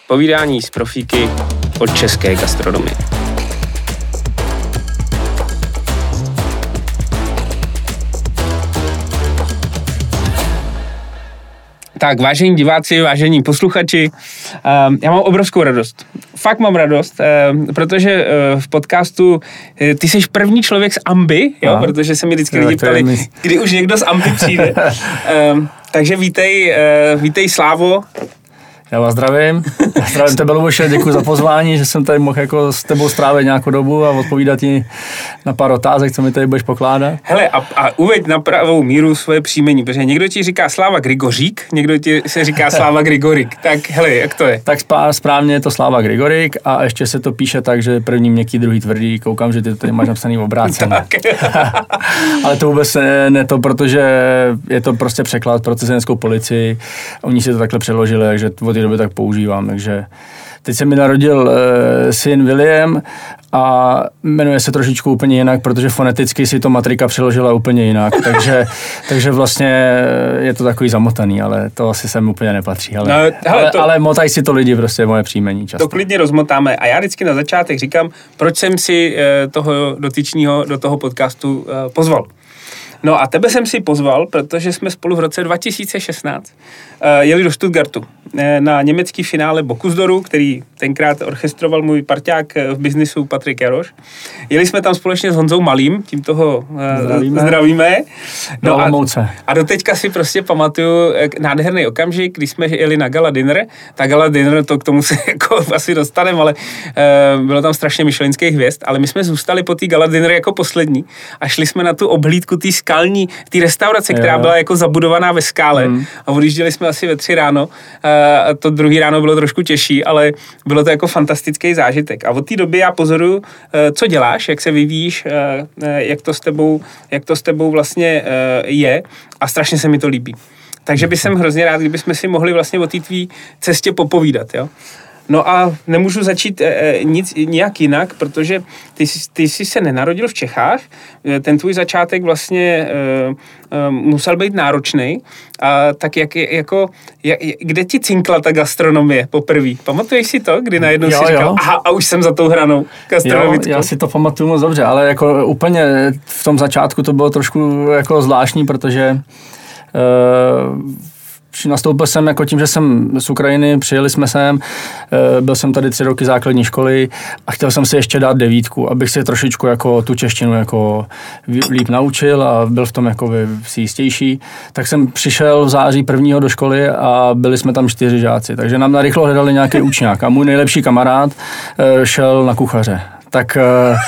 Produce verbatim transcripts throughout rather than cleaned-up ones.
Povídání z profíky od české gastronomie. Tak, vážení diváci, vážení posluchači, uh, já mám obrovskou radost. Fakt mám radost, uh, protože uh, v podcastu uh, ty jsi první člověk z Amby, jo, no. Protože se mi vždycky lidi ptali, kdy už někdo z Amby přijde. uh, takže vítej, uh, vítej Slávo. Já vás zdravím. Zdravím tebe, Luboše, děkuji za pozvání, že jsem tady mohl jako s tebou strávit nějakou dobu a odpovídat ti na pár otázek, co mi tady budeš pokládat. Hele, a, a uveď na pravou míru svoje příjmení, protože někdo ti říká Sláva Grigořík, někdo ti se říká Sláva Grigorik. Tak hele, jak to je? Tak správně je to Sláva Grigorik a ještě se to píše tak, že první měkký, druhý tvrdý. Koukám, že ty to tady máš napsaný obráceně. Ale to vůbec ne, ne to, protože je to prostě překlad pro cizineckou policii. Oni si to takhle přeložili, takže té doby tak používám, takže teď se mi narodil e, syn William a jmenuje se trošičku úplně jinak, protože foneticky si to matrika přeložila úplně jinak, takže, takže vlastně je to takový zamotaný, ale to asi sem úplně nepatří, ale, no, hele, ale, to, ale motají si to lidi, prostě moje příjmení často. To klidně rozmotáme a já vždycky na začátek říkám, proč jsem si e, toho dotyčního do toho podcastu e, pozval. No a tebe jsem si pozval, protože jsme spolu v roce dva tisíce šestnáct uh, jeli do Stuttgartu uh, na německý finále Bocuse-d'Oru, který tenkrát orchestroval můj parťák v biznisu Patrik Jaroš. Jeli jsme tam společně s Honzou Malým, tím toho uh, zdravíme. zdravíme. No a, a doteďka si prostě pamatuju nádherný okamžik, když jsme jeli na gala dinner. Ta gala dinner, to k tomu se jako asi dostaneme, ale uh, bylo tam strašně michelinských hvězd, ale my jsme zůstali po té gala dinner jako poslední a šli jsme na tu obhlídku té skalní, té restaurace, která jo. byla jako zabudovaná ve skále hmm. a odjížděli jsme asi ve tři ráno. A to druhý ráno bylo trošku těžší, ale bylo to jako fantastický zážitek. A od té doby já pozoruju, co děláš, jak se vyvíjíš, jak to s tebou, jak to s tebou vlastně je a strašně se mi to líbí. Takže bych jsem hrozně rád, kdybychom si mohli vlastně o té tvý cestě popovídat, jo. No a nemůžu začít e, nic nějak jinak, protože ty, ty jsi se nenarodil v Čechách, ten tvůj začátek vlastně e, e, musel být náročný, a tak jak, jako, jak, kde ti cinkla ta gastronomie poprvé? Pamatuješ si to, kdy najednou jo, si říkal, jo. aha, a už jsem za tou hranou gastronomickou? Jo, já si to pamatuju moc dobře, ale jako úplně v tom začátku to bylo trošku jako zvláštní, protože e, nastoupil jsem jako tím, že jsem z Ukrajiny, přijeli jsme sem, byl jsem tady tři roky základní školy a chtěl jsem si ještě dát devítku, abych si trošičku jako tu češtinu jako líp naučil a byl v tom jako si jistější. Tak jsem přišel v září prvního do školy a byli jsme tam čtyři žáci, takže nám narychlo hledali nějaký učňák a můj nejlepší kamarád šel na kuchaře. Tak,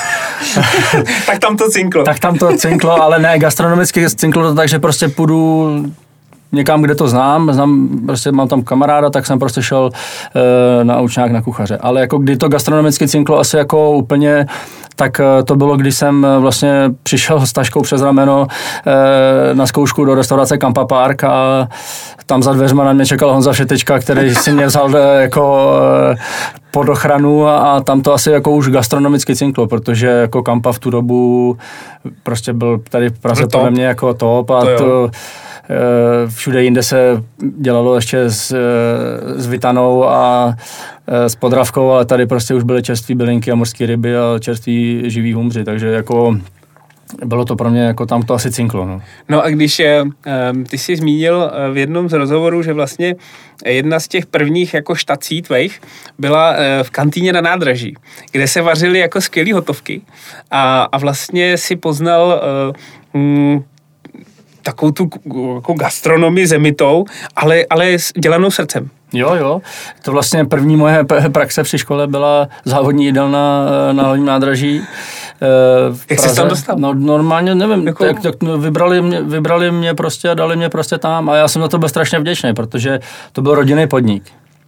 tak tam to cinklo. Tak tam to cinklo, ale ne, gastronomicky cinklo to tak, že prostě půjdu někam, kde to znám, znám, prostě mám tam kamaráda, tak jsem prostě šel e, na učňák na kuchaře. Ale jako kdy to gastronomicky cinklo asi jako úplně, tak e, to bylo, když jsem vlastně přišel s taškou přes rameno e, na zkoušku do restaurace Kampa Park a tam za dveřma na mě čekal Honza Všetečka, který si mě vzal e, jako e, pod ochranu a, a tam to asi jako už gastronomicky cinklo, protože jako Kampa v tu dobu prostě byl tady v Praze podle mě jako top a to, to všude jinde se dělalo ještě s, s vitanou a s podravkou, ale tady prostě už byly čerství bylinky a mořské ryby a čerství živý humři, takže jako bylo to pro mě, jako tam to asi cinklo. No, no a když je, ty jsi zmínil v jednom z rozhovorů, že vlastně jedna z těch prvních jako štací tvých byla v kantýně na nádraží, kde se vařily jako skvělý hotovky a, a vlastně si poznal mm, takovou tu jako gastronomii zemitou, ale, ale dělanou srdcem. Jo, jo. To vlastně první moje praxe při škole byla závodní jídelna na hlavním nádraží. Jak jsi tam dostal? No normálně, nevím, jako... tak, tak vybrali, mě, vybrali mě prostě a dali mě prostě tam a já jsem za to byl strašně vděčný, protože to byl rodinný podnik.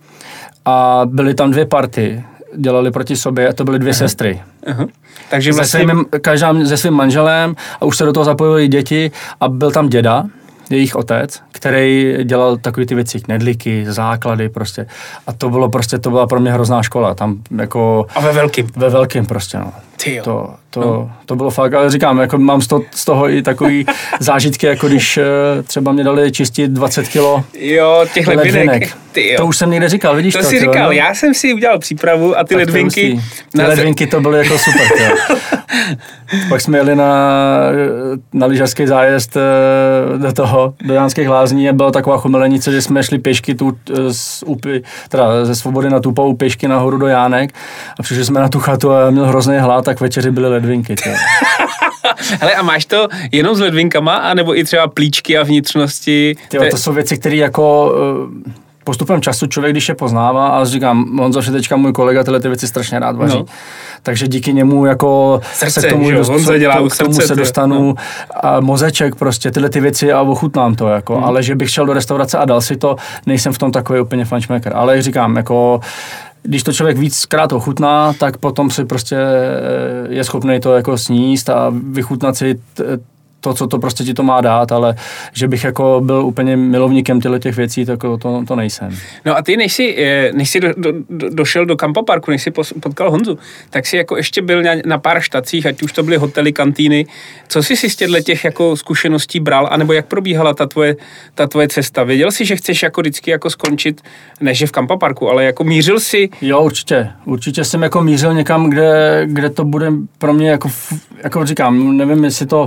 A byly tam dvě party, dělali proti sobě a to byly dvě Aha. sestry. Aha. Takže vlastně... Se svým, každá se svým manželem a už se do toho zapojili děti a byl tam děda, jejich otec, který dělal takový ty věci, knedlíky, základy prostě. A to bylo prostě, to byla pro mě hrozná škola. Tam jako... A ve velkým. Ve velkým prostě, no. To, to, no. to bylo fakt, ale říkám, jako mám z toho, z toho i takový zážitky, jako když třeba mě dali čistit dvacet kilo jo, těch ledvinek. To už jsem někde říkal, vidíš to? To si tyjo, říkal, no? Já jsem si udělal přípravu a ty tak ledvinky... Ty na ledvinky to byly jako super, tyjo. Pak jsme jeli na, na lyžařský zájezd do toho, do Jánských Lázní a byla taková chumelenice, že jsme šli pěšky tu z Úpy, teda ze Svobody na Tupou pěšky nahoru do Jánek a přišli jsme na tu chatu a měl hrozný hlad, tak večeři byly ledvinky. Hele, a máš to jenom s ledvinkama, anebo i třeba plíčky a vnitřnosti? Tyjo, to jsou věci, které jako... Postupem času člověk, když je poznává, a říkám, Honza Všetečka, můj kolega, tyhle ty věci strašně rád vaří. No. Takže díky němu jako srdce, se k tomu, dost, Honza dělá to, u k tomu srdce, se dostanu no. a mozeček prostě, tyhle ty věci a ochutnám to, jako. Hmm. Ale že bych šel do restaurace a dal si to, nejsem v tom takový úplně fančmaker. Ale říkám, jako když to člověk víckrát ochutná, tak potom si prostě je schopný to jako sníst a vychutnat si t- to, co to prostě ti to má dát, ale že bych jako byl úplně milovníkem těchto těch věcí, tak to, to nejsem. No a ty, než jsi, než jsi do, do, do, došel do Kampa Parku, než jsi potkal Honzu, tak jsi jako ještě byl na, na pár štacích, ať už to byly hotely, kantýny. Co jsi si z těchto těch jako zkušeností bral, anebo jak probíhala ta tvoje, ta tvoje cesta? Věděl jsi, že chceš jako vždycky jako skončit, ne že v Kampa Parku, ale jako mířil si? Jo, určitě. Určitě jsem jako mířil někam, kde, kde to bude pro mě jako, jako říkám, nevím, jestli to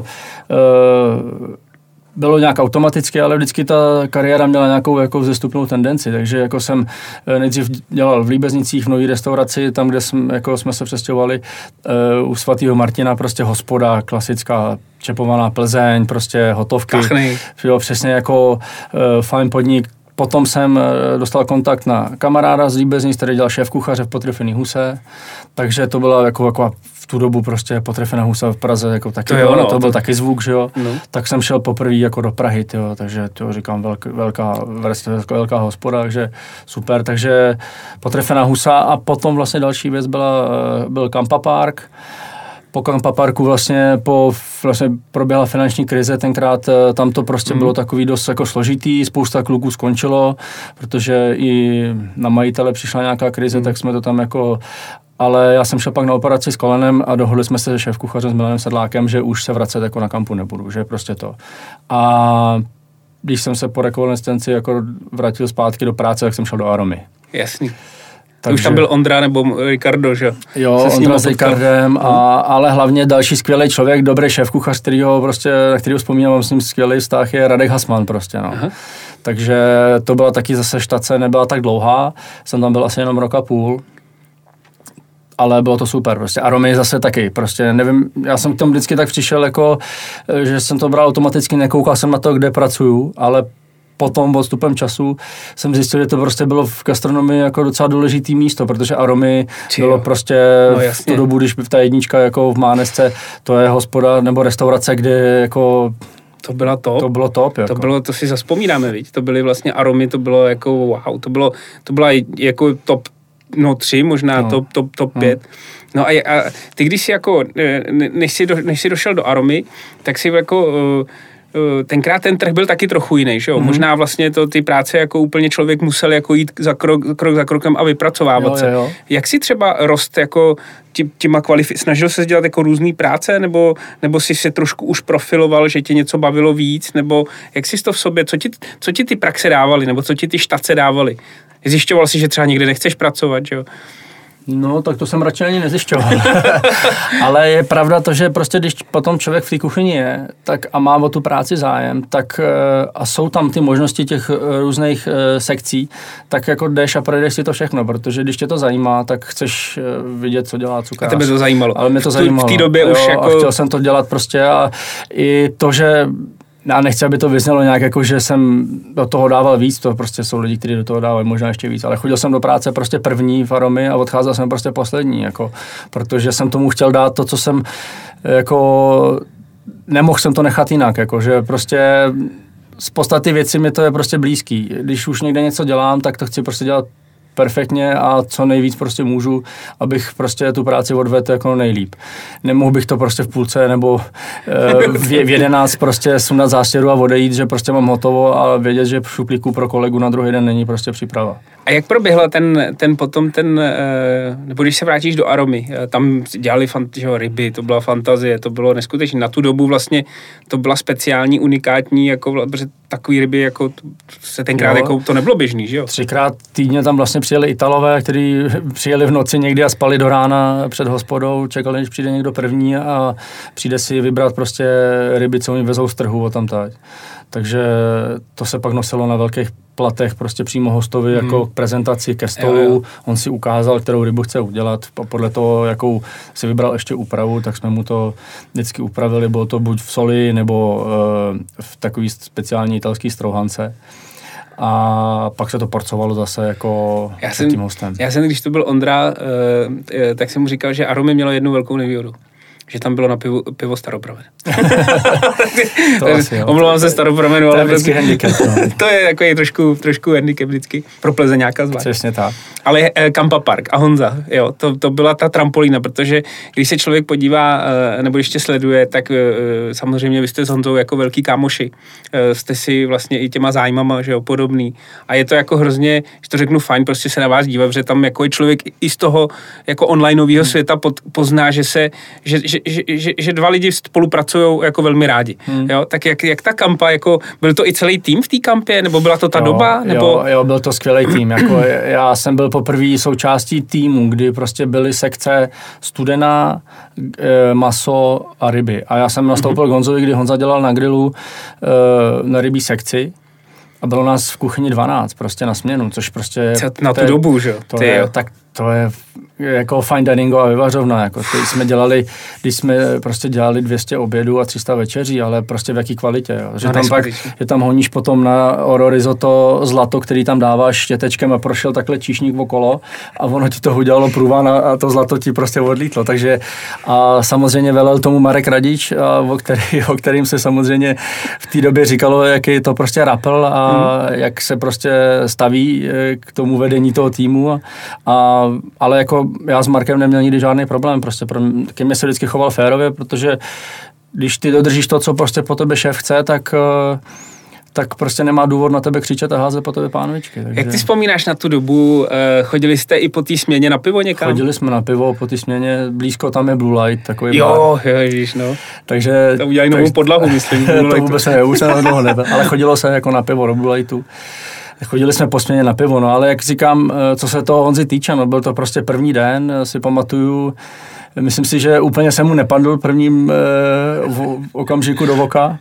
bylo nějak automaticky, ale vždycky ta kariéra měla nějakou jako vzestupnou tendenci, takže jako jsem nejdřív dělal v Líbeznicích v nový restauraci, tam, kde jsme, jako jsme se přestěhovali uh, u svatého Martina, prostě hospoda, klasická čepovaná Plzeň, prostě hotovky. Jo, přesně jako uh, fajn podnik. Potom jsem dostal kontakt na kamaráda z Líbeznic, který dělal šéf kuchaře v Potrefený huse, takže to byla jako, jako v tu dobu prostě Potrefená husa v Praze, jako taky to, jo, no, to byl to... taky zvuk, že jo, no. Tak jsem šel poprvé jako do Prahy, tyjo, takže to říkám velk, velká, velká, velká hospoda, takže super, takže Potrefená husa a potom vlastně další věc byla, byl Kampa Park. Po Kampa Parku vlastně, po, vlastně proběhla finanční krize, tenkrát tam to prostě mm. bylo takový dost jako složitý, spousta kluků skončilo, protože i na majitele přišla nějaká krize, mm. tak jsme to tam jako, ale já jsem šel pak na operaci s kolenem a dohodli jsme se se šéfkuchařem s Milanem Sedlákem, že už se vracet jako na kampu nebudu, že prostě to. A když jsem se po rekonvalescenci jako vrátil zpátky do práce, tak jsem šel do Aromy. Jasný. Takže, už tam byl Ondra nebo Ricardo, že? Jo, Ondra s Ricardem, a, ale hlavně další skvělý člověk, dobrý šéfkuchař, kterýho prostě, na kterýho vzpomínám, mám s ním skvělý vztah, je Radek Hasman prostě, no. Aha. Takže to byla taky zase štace, nebyla tak dlouhá, jsem tam byl asi jenom rok a půl, ale bylo to super, prostě. A Romy zase taky, prostě nevím, já jsem k tomu vždycky tak přišel, jako, že jsem to bral automaticky, nekoukal jsem na to, kde pracuju, ale potom odstupem času jsem zjistil, že to prostě bylo v gastronomii jako docela důležitý místo, protože Aromy bylo prostě no, v tu dobu, když by ta jednička jako v Mánesce, to je hospoda nebo restaurace, kde jako to byla top. To bylo top. Jako. To bylo, to si zaspomínáme, viď? To byly vlastně Aromy, to bylo jako wow, to bylo, to byla jako top, no tři, možná no. top, top, top pět. No, no a, a ty, když jsi jako, než jsi, do, než jsi došel do Aromy, tak si jako tenkrát ten trh byl taky trochu jiný, že jo? Mm-hmm. Možná vlastně to ty práce jako úplně člověk musel jako jít za krok, krok za krokem a vypracovávat jo, se. Jo, jo. Jak si třeba rost jako těma kvalifi- snažil se dělat jako různý práce, nebo, nebo si se trošku už profiloval, že tě něco bavilo víc, nebo jak jsi to v sobě, co ti, co ti ty praxe dávaly, nebo co ti ty štace dávaly? Zjišťoval jsi, že třeba někde nechceš pracovat, že jo? No, tak to jsem radši ani nezjišťoval. Ale je pravda to, že prostě když potom člověk v té kuchyni je tak a má o tu práci zájem, tak a jsou tam ty možnosti těch různých sekcí, tak jako jdeš a projdeš si to všechno, protože když tě to zajímá, tak chceš vidět, co dělá cukrář. A tebe to zajímalo. Ale mě to zajímalo. V té době jo, už jako... A chtěl jsem to dělat prostě a i to, že já nechci, aby to vyznělo nějak jako, že jsem do toho dával víc, to prostě jsou lidi, kteří do toho dávají možná ještě víc, ale chodil jsem do práce prostě první v Aromy a odcházel jsem prostě poslední, jako, protože jsem tomu chtěl dát to, co jsem, jako, nemohl jsem to nechat jinak, jako, že prostě z podstaty věci mi to je prostě blízký. Když už někde něco dělám, tak to chci prostě dělat perfektně a co nejvíc prostě můžu, abych prostě tu práci odvedl jako nejlíp. Nemohu bych to prostě v půlce nebo v jedenáct prostě sundat zástěru a odejít, že prostě mám hotovo a vědět, že v šuplíku pro kolegu na druhý den není prostě příprava. A jak proběhla ten, ten potom ten, nebo když se vrátíš do Aromy, tam dělali fant, že, ryby, to byla fantazie, to bylo neskutečné. Na tu dobu vlastně to byla speciální, unikátní, jako, protože takový ryby, jako se tenkrát, jo, jako, to nebylo běžný, že jo? Třikrát týdně tam vlastně přijeli Italové, kteří přijeli v noci někdy a spali do rána před hospodou, čekali, než přijde někdo první a přijde si vybrat prostě ryby, co oni vezou z trhu odtamtať. Takže to se pak nosilo na velkých platech prostě přímo hostovi hmm. jako k prezentaci, ke stolu. Jo, jo. On si ukázal, kterou rybu chce udělat. A podle toho, jakou si vybral ještě úpravu, tak jsme mu to vždycky upravili. Bylo to buď v soli, nebo uh, v takový speciální italský strouhance. A pak se to porcovalo zase jako já před jsem, tím hostem. Já jsem, když to byl Ondra, uh, tak jsem mu říkal, že Aromy mělo jednu velkou nevýhodu. Že tam bylo na pivo, pivo Staropramen. Omlouvám se Staropramenu, ale to je, handicap, no. To je takový trošku, trošku handicap vždycky pro Plzeňáka zvlášť. Přesně tak. Ale eh, Kampa Park a Honza, jo, to, to byla ta trampolína, protože když se člověk podívá, eh, nebo ještě sleduje, tak eh, samozřejmě vy jste s Honzou jako velký kámoši. Eh, jste si vlastně i těma zájmama, že jo, podobný. A je to jako hrozně, že to řeknu fajn, prostě se na vás dívat, protože tam jako je člověk i z toho jako onlineového hmm. světa pod, pozná, že se, že, že, že, že, že dva lidi spolupracují jako velmi rádi. Hmm. Jo, tak jak, jak ta kampa, jako byl to i celý tým v té kampě, nebo byla to ta jo, doba? Nebo... Jo, jo, byl to skvělý tým. Jako já jsem byl poprvé součástí týmu, kdy prostě byly sekce studená, e, maso a ryby. A já jsem nastoupil mm-hmm. k Honzovi, kdy Honza dělal na grilu e, na rybí sekci. A bylo nás v kuchyni dvanáct prostě na směnu, což prostě... Na tu je, dobu, že jo? To je, jo. Tak to je jako fine diningová vyvařovna. Jako když jsme dělali, když jsme prostě dělali dvě stě obědů a tři sta večeří, ale prostě v jaký kvalitě. Jo. Že, no, tam pak, že tam honíš potom na oro risotto zlato, který tam dáváš štětečkem a prošel takhle číšník okolo a ono ti to udělalo průvan a to zlato ti prostě odlítlo. Takže a samozřejmě velel tomu Marek Radič, a o, který, o kterým se samozřejmě v té době říkalo, jaký je to prostě rapel a hmm. jak se prostě staví k tomu vedení toho týmu. A, a, ale jako já s Markem neměl nikdy žádný problém, prostě pro mě, ke mně se vždycky choval férově, protože když ty dodržíš to, co prostě po tebe šéf chce, tak, tak prostě nemá důvod na tebe křičet a házet po tebe pánvičky. Takže... Jak ty vzpomínáš na tu dobu? Chodili jste i po té směně na pivo někam? Chodili jsme na pivo po té směně, blízko tam je Blue Light, takový jo, bar. Jo, ježiš, no. Takže... To udělají novou podlahu, myslím. To vůbec ne, už se na dlouho nebe, ale chodilo se jako na pivo do Blue Lightu. Chodili jsme po směně na pivo, no ale jak říkám, co se toho Honzy týče, no byl to prostě první den, si pamatuju, myslím si, že úplně jsem mu nepadl prvním eh, v okamžiku do voka,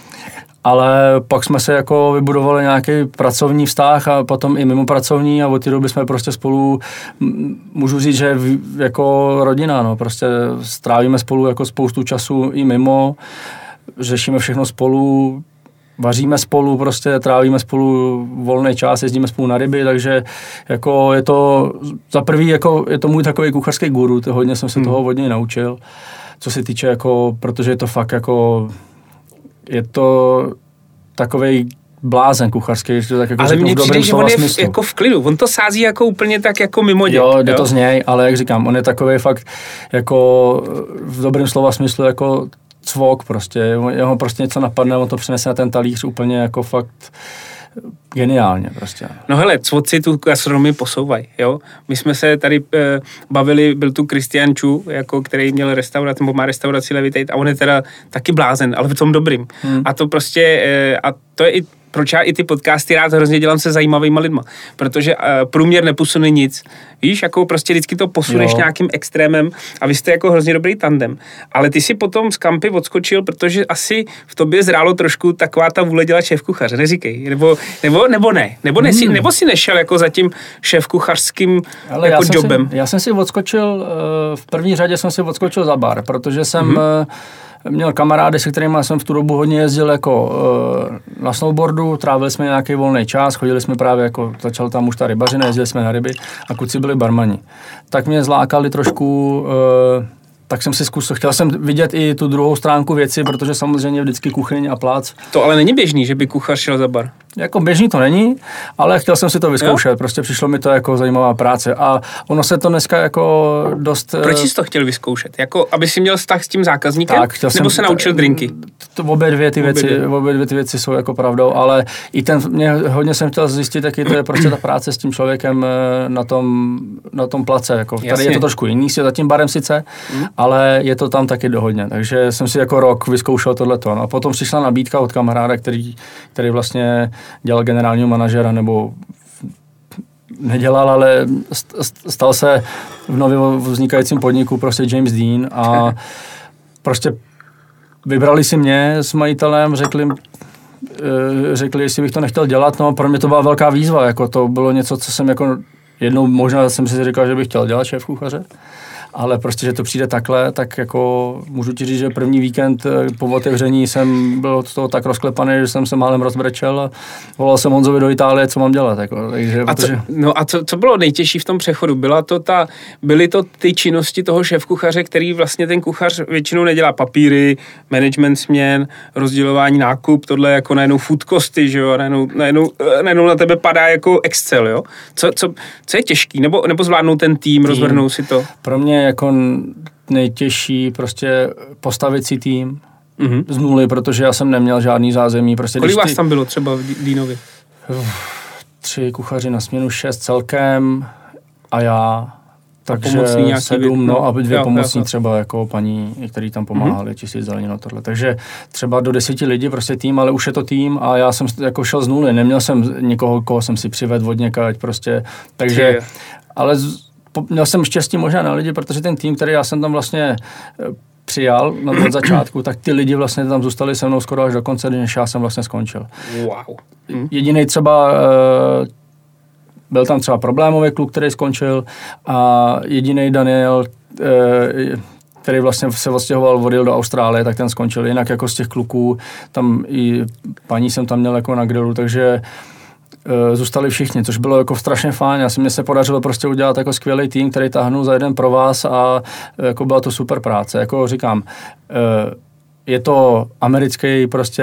ale pak jsme se jako vybudovali nějaký pracovní vztah a potom i mimo pracovní a od té doby jsme prostě spolu, můžu říct, že jako rodina, no prostě strávíme spolu jako spoustu času i mimo, řešíme všechno spolu, vaříme spolu, prostě trávíme spolu volný čas, jezdíme spolu na ryby, takže jako je to za prvý, jako je to můj takový kuchařský guru, to hodně jsem se hmm. toho od něj naučil, co se týče jako, protože je to fakt jako, je to takovej blázen kuchařský, že to tak jako ale řeknu v dobrém slova smyslu. Ale mně přijde, že on je jako v klidu, on to sází jako úplně tak jako mimo děk. Jo, jde jo? to z něj, ale jak říkám, on je takovej fakt jako v dobrém slova smyslu jako cvok prostě, jeho prostě něco napadne, on to přinese na ten talíř úplně jako fakt geniálně prostě. No hele, cvoci tu gastronomii posouvají, jo. My jsme se tady e, bavili, byl tu Christian Chu, jako, který měl restauraci, nebo má restauraci Levitate a on je teda taky blázen, ale v tom dobrým. Hmm. A to prostě, e, a to je i proč já i ty podcasty rád hrozně dělám se zajímavýma lidma, protože uh, průměr neposune nic, víš, jako prostě vždycky to posuneš jo. nějakým extrémem a vy jste jako hrozně dobrý tandem, ale ty si potom z kampy odskočil, protože asi v tobě zrálo trošku taková ta vůle dělat šéfkuchaře, neříkej, nebo, nebo, nebo ne, nebo, ne, hmm. nebo si nešel jako za tím šéfkuchařským ale jako já jobem. Si, já jsem si odskočil, v první řadě jsem si odskočil za bar, protože jsem hmm. měl kamarády, se kterými jsem v tu dobu hodně jezdil jako e, na snowboardu, trávili jsme nějaký volný čas, chodili jsme právě jako, začal tam už ta rybařina, jezdili jsme na ryby a kluci byli barmani. Tak mě zlákali trošku, e, tak jsem si zkusil, chtěl jsem vidět i tu druhou stránku věci, protože samozřejmě vždycky kuchyň a plác. To ale není běžný, že by kuchař šel za bar. jako běžný to není, ale chtěl jsem si to vyzkoušet, jo? Prostě přišlo mi to jako zajímavá práce a ono se to dneska jako dost... Proč jsi to chtěl vyzkoušet? Jako, aby si měl vztah s tím zákazníkem? Tak, chtěl nebo jsem, se naučil drinky? To, to obě dvě ty obě věci, dvě. obě dvě ty věci jsou jako pravdou, ale i ten, mě hodně jsem chtěl zjistit, jaký to je prostě ta práce s tím člověkem na tom, na tom place, jako. Tady je to trošku jiný, je za tím barem sice, hmm. ale je to tam taky dohodně, takže jsem si jako rok vyzkoušel tohleto. No a potom přišla nabídka od kamaráda, který, který vlastně dělal generálního manažera, nebo nedělal, ale stal se v nově vznikajícím podniku prostě James Dean a prostě vybrali si mě s majitelem, řekli, řekli, jestli bych to nechtěl dělat, no pro mě to byla velká výzva, jako to bylo něco, co jsem jako jednou možná jsem si říkal, že bych chtěl dělat šéf kuchaře, ale prostě, že to přijde takhle, tak jako můžu ti říct, že první víkend po otevření jsem byl od toho tak rozklepaný, že jsem se málem rozbrečel a volal jsem Honzovi do Itálie, co mám dělat. Jako, takže, a protože... co, no a co, co bylo nejtěžší v tom přechodu? Byla to ta, byly to ty činnosti toho šéfkuchaře, který vlastně ten kuchař většinou nedělá papíry, management směn, rozdělování nákup, tohle jako najednou food costy, že jo, najednou, najednou, najednou na tebe padá jako Excel, jo? Co, co, co je těžký? Nebo, nebo zvládnout ten tým, tým, rozvrhnout si to? Pro mě jako nejtěžší prostě postavit si tým mm-hmm. z nuly, protože já jsem neměl žádný zázemí. Prostě, kolik vás ty... tam bylo třeba v Dínovi? Tři kuchaři na směnu, šest celkem a já. Takže sedm, no a dvě jo, pomocní jo, třeba jako paní, který tam pomáhali, mm-hmm. čistit zeleninu tohle. Takže třeba do deseti lidí prostě tým, ale už je to tým a já jsem jako šel z nuly, neměl jsem někoho, koho jsem si přivedl od někať prostě, takže, ale z, měl jsem štěstí možná na lidi, protože ten tým, který já jsem tam vlastně přijal na od začátku, tak ty lidi vlastně tam zůstali se mnou skoro až do konce, než já jsem vlastně skončil. Wow. Mm. Jedinej třeba byl tam třeba problémový kluk, který skončil a jediný Daniel, který vlastně se odstěhoval, odjel do Austrálie, tak ten skončil. Jinak jako z těch kluků, tam i paní jsem tam měl jako na grilu, takže zůstali všichni, což bylo jako strašně fajn. Já si mě se podařilo prostě udělat jako skvělý tým, který táhnul za jeden pro vás a jako byla to super práce. Jako říkám, je to americký prostě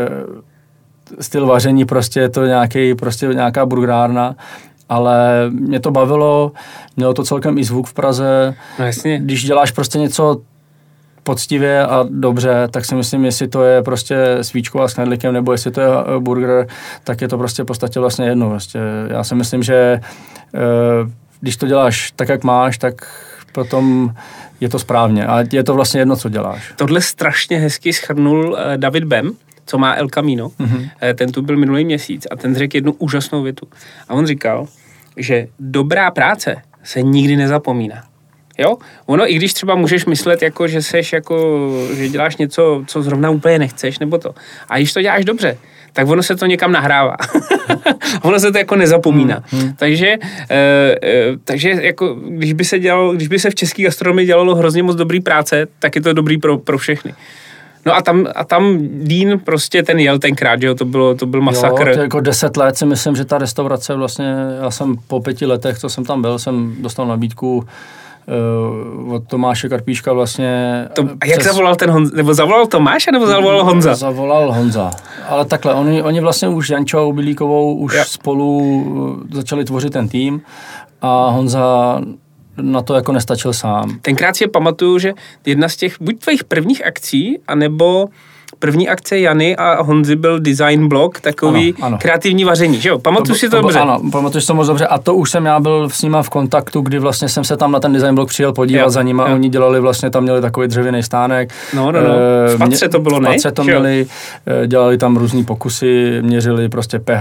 styl vaření, prostě je to nějaký, prostě nějaká burgerárna, ale mě to bavilo, mělo to celkem i zvuk v Praze. No jasně. Když děláš prostě něco poctivě a dobře, tak si myslím, jestli to je prostě svíčková s knedlíkem, nebo jestli to je burger, tak je to prostě v podstatě vlastně jedno. Prostě. Já si myslím, že když to děláš tak, jak máš, tak potom je to správně. A je to vlastně jedno, co děláš. Tohle strašně hezky shrnul David Bem, co má El Camino. Mm-hmm. Ten tu byl minulý měsíc a ten řekl jednu úžasnou větu. A on říkal, že dobrá práce se nikdy nezapomíná. Jo? Ono, i když třeba můžeš myslet, jako, že seš jako, že děláš něco, co zrovna úplně nechceš, nebo to. A když to děláš dobře, tak ono se to někam nahrává. Ono se to jako nezapomíná. Hmm. Takže, e, e, takže jako, když by se dělalo, když by se v české gastronomii dělalo hrozně moc dobrý práce, tak je to dobrý pro, pro všechny. No a tam, a tam Dean prostě ten jel tenkrát, že jo, to, bylo, to byl masakr. Jo, to jako deset let si myslím, že ta restaurace vlastně, já jsem po pěti letech, co jsem tam byl, jsem dostal nabídku uh, od Tomáše Karpíška vlastně. To, a jak přes... zavolal ten Honza? Nebo zavolal Tomáš, nebo zavolal Honza? Zavolal Honza. Ale takhle, oni, oni vlastně už Jančou Bilíkovou už jo. spolu začali tvořit ten tým a Honza na to jako nestačil sám. Tenkrát si pamatuju, že jedna z těch buď tvých prvních akcí, anebo první akce Jany a Honzy byl design blog, takový ano, ano. kreativní vaření, že jo? Pamatuju to, si to, to dobře? Ano, pamatuju si to moc dobře a to už jsem já byl s nima v kontaktu, kdy vlastně jsem se tam na ten design blog přijel podívat jo, za nima, jo. Oni dělali vlastně, tam měli takový dřevěný stánek. No, no, no. V patře to bylo, ne? V patře to měli, dělali tam různý pokusy, měřili prostě pH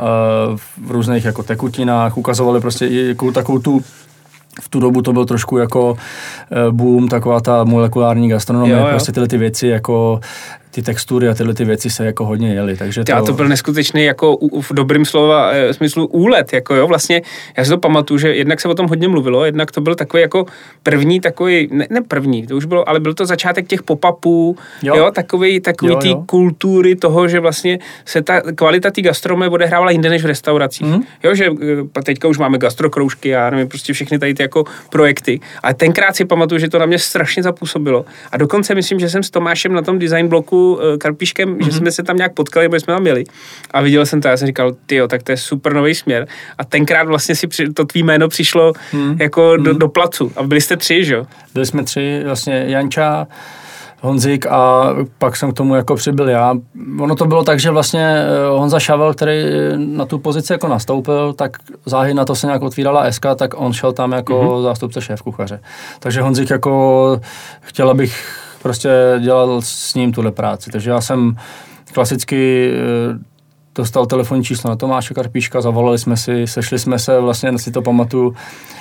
v různých jako tekutinách, ukazovali prostě i takovou tu v tu dobu to byl trošku jako boom, taková ta molekulární gastronomie, jo, jo. prostě tyhle ty věci jako ty textury a tyhle ty věci se jako hodně jeli, takže to... Já to byl neskutečný jako v dobrým slova smyslu úlet, jako jo, vlastně já si to pamatuju, že jednak se o tom hodně mluvilo, jednak to byl takový jako první takový, ne, ne první, to už bylo, ale byl to začátek těch pop-upů, jo, jo takový, takový ty kultury toho, že vlastně se ta kvalita té gastronomie odehrávala jinde než v restauracích, mm. jo, že teďka už máme gastrokroužky, já nevím, prostě všechny tady ty jako projekty, ale tenkrát si pamatuju, že to na mě strašně zapůsobilo a dokonce myslím, že jsem s Tomášem na tom design bloku Karpíšku, Karpíškem, mm-hmm. že jsme se tam nějak potkali, protože jsme tam měli a viděl jsem to a já jsem říkal, tyjo, tak to je super nový směr a tenkrát vlastně si při, to tvý jméno přišlo mm. jako mm. Do, do placu a byli jste tři, že jo? Byli jsme tři, vlastně Janča, Honzik a pak jsem k tomu jako přibyl já. Ono to bylo tak, že vlastně Honza Šavel, který na tu pozici jako nastoupil, tak záhy na to se nějak otvírala S K, tak on šel tam jako mm-hmm. zástupce šéfkuchaře. Takže Honzik jako chtěl, abych prostě dělal s ním tuhle práci. Takže já jsem klasicky dostal telefonní číslo na Tomáše Karpíška, zavolali jsme si, sešli jsme se, vlastně si to pamatuju.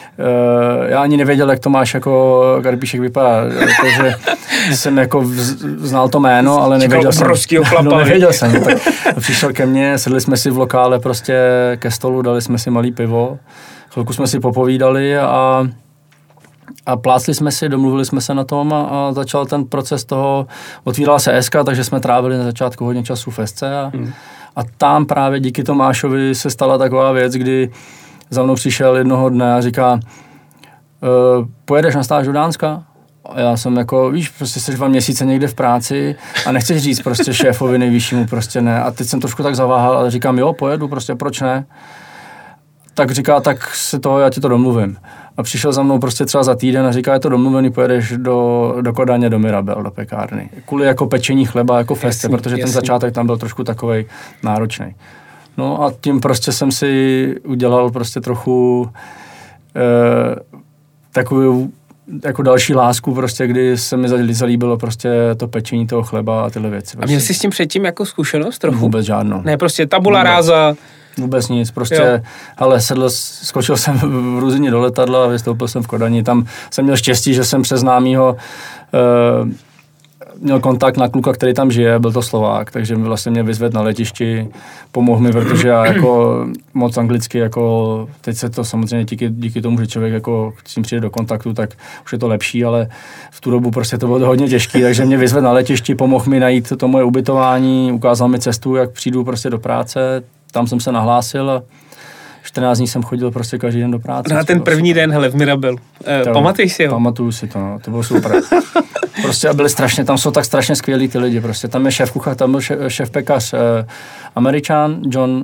Já ani nevěděl, jak Tomáš jako Karpíšek vypadá, protože jsem jako znal to jméno, ale nevěděl jsem. No, nevěděl jsem. Tak přišel ke mně, sedli jsme si v lokále prostě ke stolu, dali jsme si malý pivo, chvilku jsme si popovídali a, a plácli jsme si, domluvili jsme se na tom a, a začal ten proces toho, otvírala se S K, takže jsme trávili na začátku hodně času v S C a, hmm. a tam právě díky Tomášovi se stala taková věc, kdy za mnou přišel jednoho dne a říká, e, pojedeš na stáž do Dánska? A já jsem jako, víš, prostě jsi dva měsíce někde v práci a nechceš říct prostě šéfovi nejvyššímu, prostě ne. A teď jsem trošku tak zaváhal, ale říkám, jo, pojedu, prostě proč ne? Tak říká, tak si to, já ti to domluvím. A přišel za mnou prostě třeba za týden a říká, je to domluvený, pojedeš do, do Kodaně, do Mirabel, do pekárny. Kvůli jako pečení chleba, jako feste, jasný, protože jasný. Ten začátek tam byl trošku takovej náročný. No a tím prostě jsem si udělal prostě trochu eh, takovou jako další lásku prostě, kdy se mi zalíbilo prostě to pečení toho chleba a tyhle věci. Prostě. A měl jsi s tím předtím jako zkušenost trochu? Vůbec žádnou. Ne, prostě tabula ráza. Vůbec nic, prostě, ale sedl, skočil jsem v Ruzině do letadla a vystoupil jsem v Kodani. Tam jsem měl štěstí, že jsem přes známýho eh, měl kontakt na kluka, který tam žije, byl to Slovák, takže mi vlastně mě vyzvedl na letišti, pomohl mi, protože já jako moc anglicky, jako teď se to samozřejmě díky, díky tomu, že člověk jako s tím přijde do kontaktu, tak už je to lepší, ale v tu dobu prostě to bylo hodně těžký, takže mě vyzvedl na letišti, pomohl mi najít to moje ubytování, ukázal mi cestu, jak přijdu prostě do práce, tam jsem se nahlásil a čtrnáct dní jsem chodil prostě každý den do práce. Na ten první den, hele, v Mirabelu. E, pamatuješ si ho? Pamatuju si to, no, to bylo super. Prostě byli strašně, tam jsou tak strašně skvělí ty lidi, prostě tam je šéf kuchař, tam byl šéf, šéf pekař eh, Američan, John,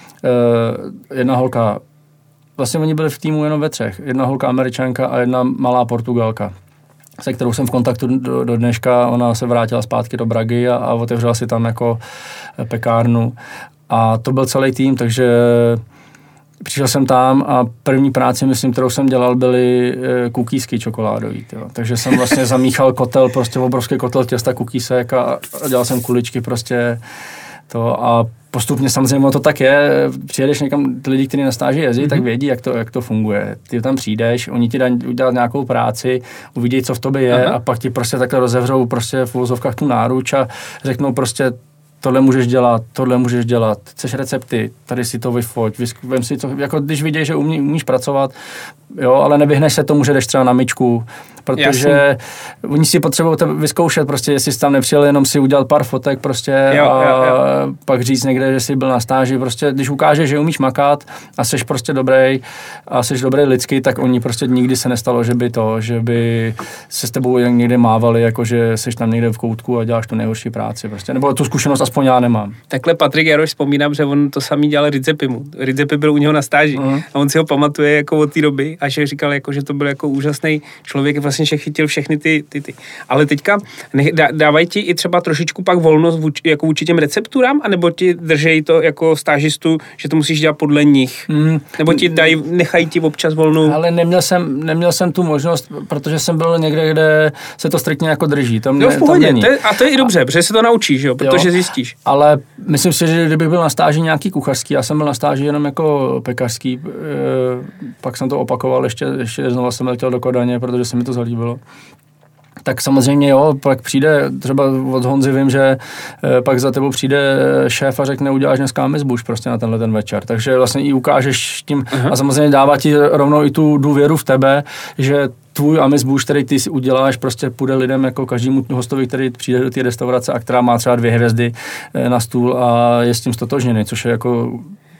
eh, jedna holka, vlastně oni byli v týmu jenom ve třech, jedna holka Američanka a jedna malá Portugalka, se kterou jsem v kontaktu do, do dneška, ona se vrátila zpátky do Bragy a, a otevřela si tam jako pekárnu a to byl celý tým, takže přišel jsem tam a první práci, myslím, kterou jsem dělal, byly e, kukísky čokoládový. Tyjo. Takže jsem vlastně zamíchal kotel, prostě obrovský kotel těsta kukísek a, a dělal jsem kuličky prostě to a postupně samozřejmě to tak je, přijedeš někam, ty lidi, kteří na stáži jezdí, mm-hmm. tak vědí, jak to, jak to funguje. Ty tam přijdeš, oni ti dají udělat nějakou práci, uvidí, co v tobě je. Aha. A pak ti prostě takhle rozevřou prostě v uvozovkách tu náruč a řeknou prostě tohle můžeš dělat, tohle můžeš dělat, chceš recepty, tady si to vyfoť, vem si to, jako když vidíš, že umí, umíš pracovat, jo, ale nevyhneš se tomu, že jdeš třeba na myčku, protože Jasný. Oni si potřebují to vyzkoušet, prostě jestli jsi tam nepřijel, jenom si udělat pár fotek prostě jo, a jo, jo. pak říct někde, že jsi byl na stáži, prostě když ukážeš, že umíš makat a jsi prostě dobrý a jsi dobrý lidský, tak oni prostě nikdy se nestalo, že by to, že by se s tebou někde mávali, jako že jsi tam někde v koutku a děláš tu nejhorší práci, prostě, nebo tu zkušenost aspoň já nemám. Takhle Patrik Jaroš vzpomínám, že on to samý dělal Ridzepimu. Ridzepi byl u něho na stáži uh-huh. a on si ho pamatuje jako od té doby a že říkal, jako, že to byl jako úžasný člověk, vlastně že chytil všechny ty, ty, ty. Ale teďka nech, dá, dávají ti i třeba trošičku pak volnost vůči, jako vůči těm recepturám, anebo ti držejí to jako stážistu, že to musíš dělat podle nich? Mm. Nebo ti dají, nechají ti občas volnou? Ale neměl jsem, neměl jsem tu možnost, protože jsem byl někde, kde se to striktně jako drží. Tam, no v pohodě, to je, a to je i dobře, a, protože se to naučíš, jo, protože jo, zjistíš. Ale myslím si, že kdybych byl na stáži nějaký kuchařský, já jsem byl na stáži jenom jako pekařský, e, pak jsem to opakoval, ještě, ještě znova jsem letěl do Kodaně, protože se mi to zalíbilo. Tak samozřejmě jo, pak přijde, třeba od Honzy vím, že e, pak za tebou přijde šéf a řekne, uděláš dneska amizbuš prostě na tenhle ten večer. Takže vlastně i ukážeš tím Aha. a samozřejmě dává ti rovnou i tu důvěru v tebe, že tvůj amizbuš, který ty si uděláš, prostě půjde lidem jako každému hostovi, který přijde do té restaurace a která má třeba dvě hvězdy e, na stůl a je s tím stotožněný, což je jako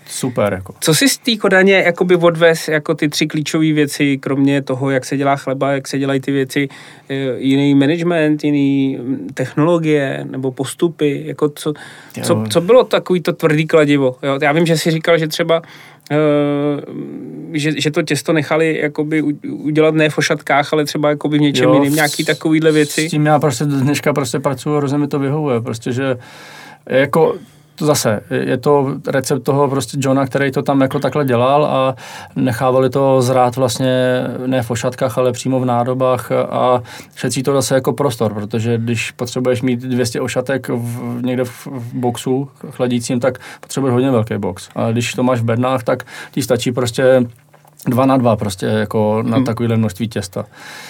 super. Jako. Co si z té Kodaně jakoby odvez jako ty tři klíčové věci, kromě toho, jak se dělá chleba, jak se dělají ty věci, jiný management, jiný technologie nebo postupy, jako co, co, co bylo takový to tvrdý kladivo? Jo? Já vím, že jsi říkal, že třeba Uh, že, že to těsto nechali jakoby udělat ne v ošatkách, ale třeba jakoby v něčem jo, jiným, nějaký takovýhle věci. S tím já prostě dneška prostě pracuji, hrozně mi to vyhovuje, prostě, že jako to zase, je to recept toho prostě Johna, který to tam jako takhle dělal a nechávali to zrát vlastně ne v ošatkách, ale přímo v nádobách a šetří to zase jako prostor, protože když potřebuješ mít dvě stě ošatek v, někde v, v boxu chladícím, tak potřebuješ hodně velký box. A když to máš v bednách, tak ti stačí prostě dva na dva prostě jako na hmm. takovýhle množství těsta.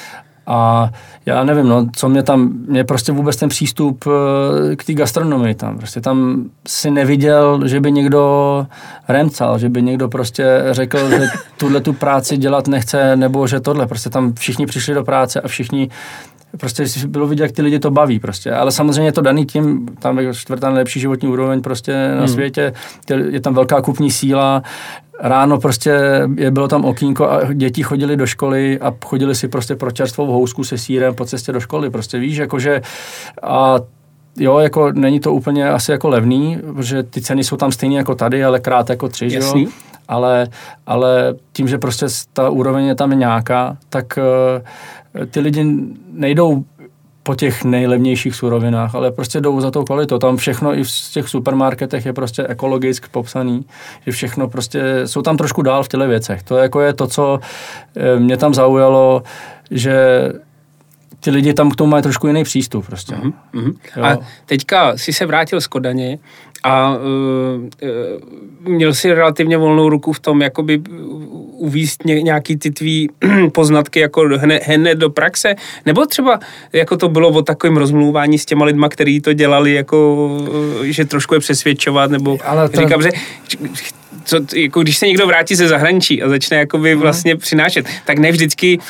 A já nevím, no, co mě tam, mě prostě vůbec ten přístup k té gastronomii tam, prostě tam si neviděl, že by někdo remcal, že by někdo prostě řekl, že tuhle tu práci dělat nechce, nebo že tohle, prostě tam všichni přišli do práce a všichni prostě bylo vidět, jak ty lidi to baví prostě, ale samozřejmě je to daný tím, tam je čtvrtá nejlepší životní úroveň prostě na hmm. světě, je tam velká kupní síla, ráno prostě je, bylo tam okýnko a děti chodili do školy a chodili si prostě pro čerstvou housku se sýrem po cestě do školy, prostě víš, jakože a jo, jako není to úplně asi jako levný, protože ty ceny jsou tam stejné jako tady, ale krát jako tři, jo, ale, ale tím, že prostě ta úroveň je tam nějaká, tak uh, ty lidi nejdou po těch nejlevnějších surovinách, ale prostě jdou za tou kvalitou. Tam všechno i v těch supermarketech je prostě ekologicky popsaný, že všechno prostě, jsou tam trošku dál v těle věcech. To jako je to, co mě tam zaujalo, že ty lidi tam k tomu mají trošku jiný přístup prostě. Mm-hmm. A teďka jsi se vrátil z Kodaně a uh, uh, měl si relativně volnou ruku v tom, jakoby uvízt ně, nějaký ty tvý poznatky jako hned, hned do praxe, nebo třeba jako to bylo o takovém rozmluvání s těma lidma, kteří to dělali, jako že trošku je přesvědčovat, nebo ale to... říkám, že co, jako když se někdo vrátí ze zahraničí a začne jakoby vlastně přinášet, tak ne vždycky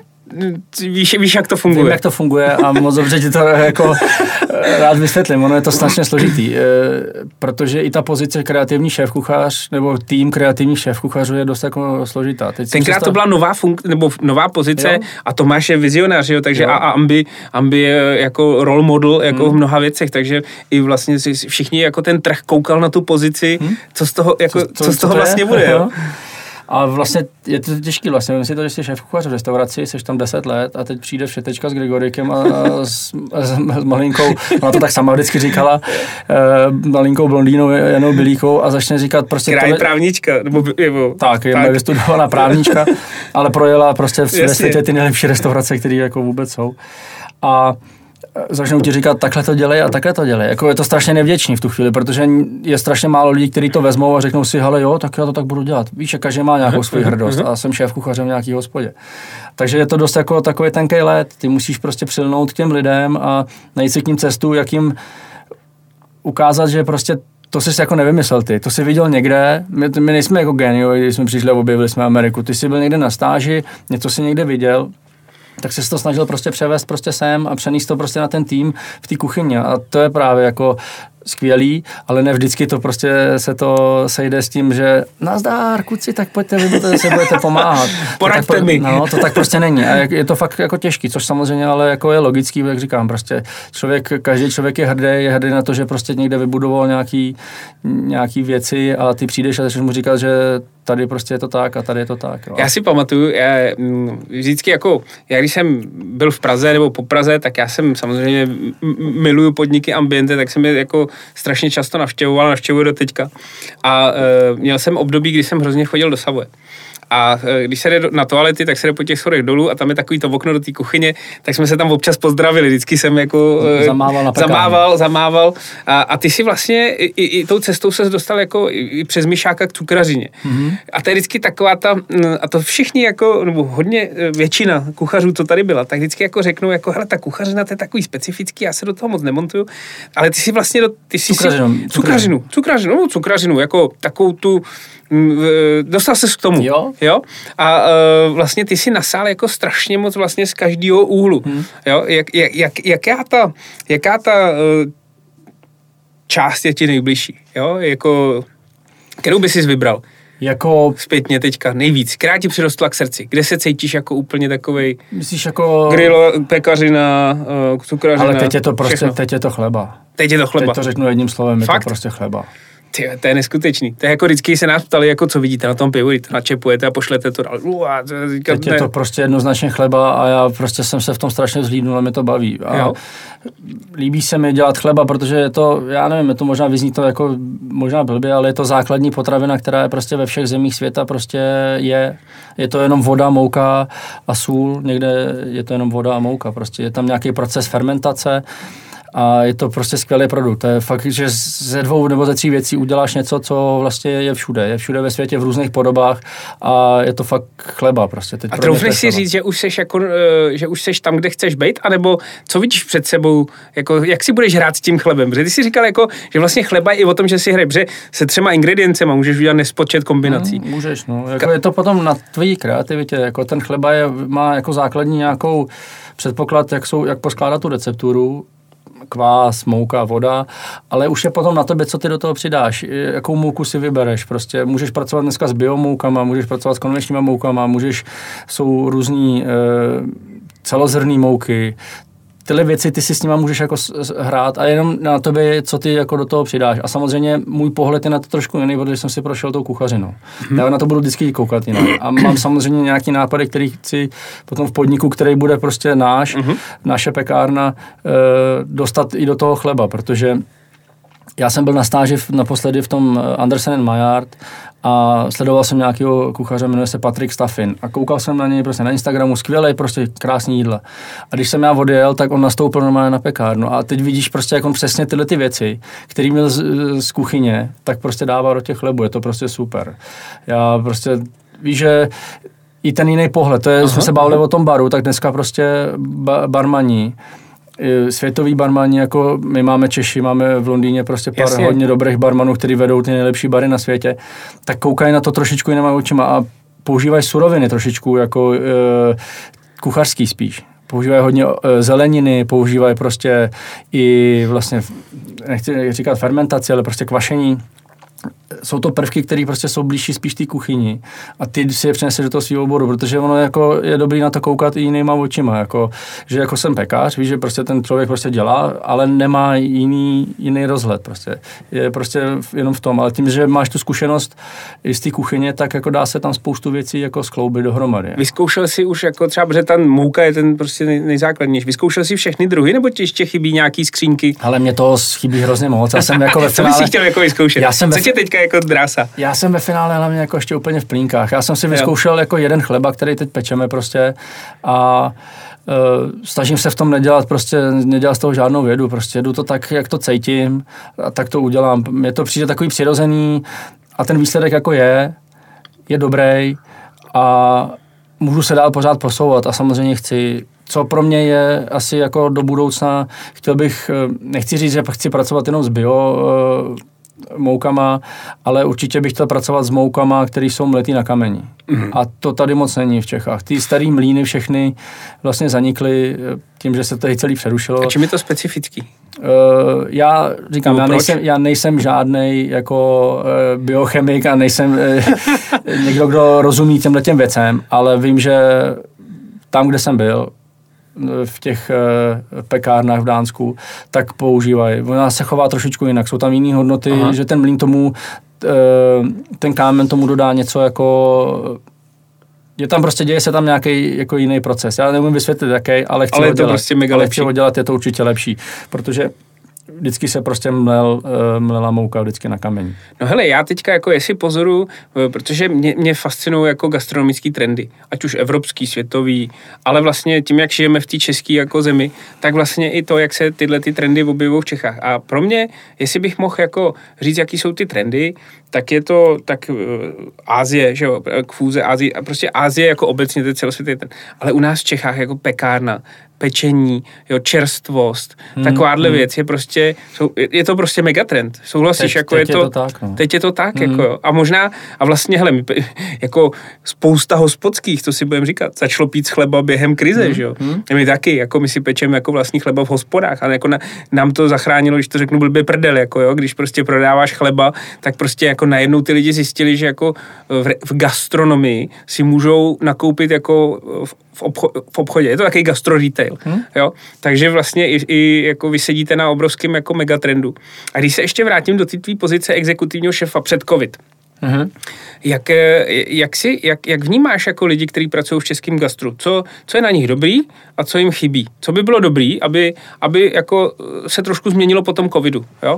Víš, víš, jak to funguje. Vím, jak to funguje a moc dobře ti to jako rád vysvětlím. Ono je to strašně složitý, protože i ta pozice kreativní šéfkuchař nebo tým kreativních šéfkuchařů je dost jako složitá. Teď Tenkrát to byla nová funk, nebo nová pozice, jo? A Tomáš je vizionář, jo? Takže jo. a, a Ambi, Ambi je jako role model jako hmm. v mnoha věcech, takže i vlastně všichni jako ten trh koukal na tu pozici, hmm? co z toho, jako, co, co, co z toho vlastně je? bude. Jo? A vlastně je to těžký vlastně, myslím si to, že jsi šéfkuchař v restauraci, jsi tam deset let a teď přijde všetečka s Grigorikem a, a s, s, s malinkou, ona to tak sama vždycky říkala, uh, malinkou blondýnou Janou Bilíkou a začne říkat prostě... Která je právnička, nebo... nebo tak, je vystudovaná právnička, ale projela prostě ve světě ty nejlepší restaurace, které jako vůbec jsou. A začnou ti říkat, takhle to dělej a takhle to dělej. Jako je to strašně nevděčný v tu chvíli, protože je strašně málo lidí, kteří to vezmou a řeknou si, hele jo, tak já to tak budu dělat. Víš, že každý má nějakou svou hrdost a jsem šéf kuchařem v nějaký hospodě. Takže je to dost jako takový tenkej led. Ty musíš prostě přilnout k těm lidem a najít si k ním cestu, jak jim ukázat, že prostě to jsi jako nevymyslel ty, to jsi viděl někde, my, my nejsme jako genioi, když jsme přišli a objevili jsme Ameriku, ty jsi byl někde na stáži, něco jsi někde viděl, tak se to snažil prostě převést prostě sem a přenést to prostě na ten tým v té kuchyni a to je právě jako skvělý, ale ne vždycky to prostě se to sejde s tím, že nazdár, kuci, tak pojďte, vy budete, se budete pomáhat. Poraďte to mi. No, to tak prostě není a je to fakt jako těžký, což samozřejmě ale jako je logický, jak říkám, prostě člověk, každý člověk je hrdý, je hrdý na to, že prostě někde vybudoval nějaký, nějaký věci a ty přijdeš a začneš mu říkat, že tady prostě je to tak a tady je to tak. Jo. Já si pamatuju, já vždycky jako, já když jsem byl v Praze nebo po Praze, tak já jsem samozřejmě miluju podniky Ambiente, tak jsem je jako strašně často navštěvoval, navštěvuju do teďka. A e, měl jsem období, kdy jsem hrozně chodil do Savoye. A když se jde na toalety, tak se jde po těch schodech dolů a tam je takový to okno do té kuchyně, tak jsme se tam občas pozdravili. Vždycky jsem jako zamával, zamával, zamával. A, a ty si vlastně i, i tou cestou se dostal jako i přes myšáka k cukrařině. Mm-hmm. A to je vždycky taková ta, a to všichni jako, nebo hodně, většina kuchařů, co tady byla, tak vždycky jako řeknou, jako hele, ta kuchařina, to je takový specifický, já se do toho moc nemontuju, ale ty si vlastně do, ty si cukrařinu, si, cukrařinu, cukrařinu, no, cukrařinu, jako takovou tu, dostal ses k tomu. Jo. Jo? A uh, vlastně ty si nasál jako strašně moc vlastně z každého úhlu. Hmm. Jo? Jak, jak, jak, jaká ta, jaká ta uh, část je ti nejbližší? Jo? Jako... Kterou by jsi vybral? Jako... Zpětně teďka nejvíc. Která ti přirostla k srdci? Kde se cítíš jako úplně takovej... Myslíš jako... Grill, pekařina, uh, cukrařina... Ale teď je to prostě, všechno. teď je to chleba. Teď je to chleba. Teď to řeknu jedním slovem, je Fakt? to prostě chleba. Ty, to je neskutečný. To je jako vždycky se nás ptali, jako co vidíte na tom pivu, kdy to načepujete a pošlete to dál. Uá, to je, Teď je to prostě jednoznačně chleba a já prostě jsem se v tom strašně vzhlídnul a mě to baví. A jo. líbí se mi dělat chleba, protože je to, já nevím, je to možná vyzní to jako možná blbě, ale je to základní potravina, která je prostě ve všech zemích světa prostě je. Je to jenom voda, mouka a sůl, někde je to jenom voda a mouka. Prostě je tam nějaký proces fermentace. A je to prostě skvělý produkt. To je fakt, že ze dvou nebo ze tří věcí uděláš něco, co vlastně je všude. Je všude ve světě v různých podobách a je to fakt chleba prostě. Teď a troufneš si říct, že už seš jako, že už seš tam, kde chceš být, anebo co vidíš před sebou, jako, jak si budeš hrát s tím chlebem? Protože ty jsi říkal, jako, že vlastně chleba je i o tom, že si hraje, protože se třema ingrediencema můžeš udělat nespočet kombinací. No, můžeš, no. Jako je to potom na tvojí kreativitě. Jako ten chleba je, má jako základní nějakou předpoklad, jak, jsou, jak poskládat tu recepturu, kvás, mouka, voda, ale už je potom na tebe, co ty do toho přidáš, jakou mouku si vybereš. Prostě můžeš pracovat dneska s biomoukama, můžeš pracovat s konvenčníma moukama, můžeš, jsou různý e, celozrnný mouky. Tyhle věci ty si s nima můžeš jako hrát a jenom na tebe, co ty jako do toho přidáš. A samozřejmě můj pohled je na to trošku jiný, protože jsem si prošel tou kuchařinou. Hmm. Já na to budu vždycky koukat jinak. A mám samozřejmě nějaký nápady, který chci potom v podniku, který bude prostě náš, hmm. naše pekárna, e, dostat i do toho chleba, protože já jsem byl na stáži naposledy v tom Andersen and Maillard a sledoval jsem nějakého kuchaře, jmenuje se Patrick Staffin a koukal jsem na něj prostě na Instagramu, skvělej, prostě krásný jídla. A když jsem já odjel, tak on nastoupil normálně na pekárnu a teď vidíš prostě, jak on přesně tyhle ty věci, který měl z, z kuchyně, tak prostě dává do těch chlebů, je to prostě super. Já prostě, víš, že i ten jiný pohled, to je, aha, jsme se bavili o tom baru, tak dneska prostě ba, barmaní, světový barmani, jako my máme Češi, máme v Londýně prostě pár Jasně. hodně dobrých barmanů, kteří vedou ty nejlepší bary na světě, tak koukají na to trošičku jinýma očima a používají suroviny trošičku jako e, kuchařský spíš. Používají hodně e, zeleniny, používají prostě i vlastně, nechci říkat fermentaci, ale prostě kvašení. Jsou to prvky, které prostě jsou blížší spíš té kuchyni a ty si je přineseš do toho svého oboru, protože ono jako je dobrý na to koukat i jinýma očima, jako, že jako jsem pekař, víš, že prostě ten člověk prostě dělá, ale nemá jiný, jiný rozhled prostě, je prostě jenom v tom, ale tím, že máš tu zkušenost z té kuchyně, tak jako dá se tam spoustu věcí jako skloubit dohromady. Vyzkoušel jsi už jako třeba, protože ta mouka je ten prostě nej, nejzákladnější, vyzkoušel jsi všechny druhy, nebo ti ještě chybí nějaký skřínky? Ale mě to chybí hrozně moc, já jsem jako ve finále... Co bys chtěl jako vyzkoušet? Já jsem ve... Co tě teďka jako drása? Já jsem ve finále hlavně jako ještě úplně v plínkách. Já jsem si vyzkoušel jako jeden chleba, který teď pečeme prostě a uh, snažím se v tom nedělat prostě, nedělat z toho žádnou vědu, prostě jedu to tak, jak to cítím a tak to udělám. Mně to přijde takový přirozený a ten výsledek jako je, je dobrý a můžu se dál pořád posouvat a samozřejmě chci. Co pro mě je asi jako do budoucna, chtěl bych, nechci říct, že chci pracovat jenom s bio uh, moukama, ale určitě bych chtěl pracovat s moukama, které jsou mletý na kameni. Mm-hmm. A to tady moc není v Čechách. Ty starý mlýny všechny vlastně zanikly tím, že se to celý přerušilo. A čím je to specifický? Uh, já říkám, já nejsem, já nejsem žádnej jako uh, biochemik a nejsem uh, někdo, kdo rozumí těmhletěm věcem, ale vím, že tam, kde jsem byl, v těch uh, pekárnách v Dánsku, tak používají. Ona se chová trošičku jinak. Jsou tam jiné hodnoty, aha, že ten mlýn tomu, uh, ten kámen tomu dodá něco jako... Je tam prostě, děje se tam nějaký jako jiný proces. Já neumím vysvětlit jaký, ale chci ale ho dělat. Prostě mega ale lepší. chci ho dělat, je to určitě lepší, protože vždycky se prostě mlel, mlela mouka vždycky na kameni. No hele, já teďka jako jestli pozoru, protože mě, mě fascinují jako gastronomický trendy, ať už evropský, světový, ale vlastně tím, jak žijeme v té české jako zemi, tak vlastně i to, jak se tyhle ty trendy objevují v Čechách. A pro mě, jestli bych mohl jako říct, jaký jsou ty trendy, tak je to tak uh, Ázie, že jo, k fůze Ázie, a prostě Ázie jako obecně, to je celosvětový ten. Ale u nás v Čechách jako pekárna, pečení, jo, čerstvost, hmm, takováhle hmm. věc je prostě, jsou, je to prostě megatrend. Souhlasíš, teď, jako teď je, to, je to tak, no. teď je to tak, hmm. jako jo. A možná, a vlastně, hele, my, jako spousta hospodských, to si budeme říkat, začalo pít chleba během krize, hmm. že jo. Hmm. My taky, jako my si pečeme jako vlastní chleba v hospodách, ale jako na, nám to zachránilo, když to řeknu blbě prdel, jako jo, když prostě prodáváš chleba, tak prostě jako najednou ty lidi zjistili, že jako v, v gastronomii si můžou nakoupit jako v, v, obcho, v obchodě. Je to takový gastro retail, hmm. jo. Takže vlastně i, i jako vy sedíte na obrovském jako megatrendu. A když se ještě vrátím do té tvý pozice exekutivního šefa před covid, mm-hmm. jak, jak, si, jak, jak vnímáš jako lidi, kteří pracují v českém gastru? Co, co je na nich dobrý a co jim chybí? Co by bylo dobrý, aby, aby jako se trošku změnilo po tom covidu, jo?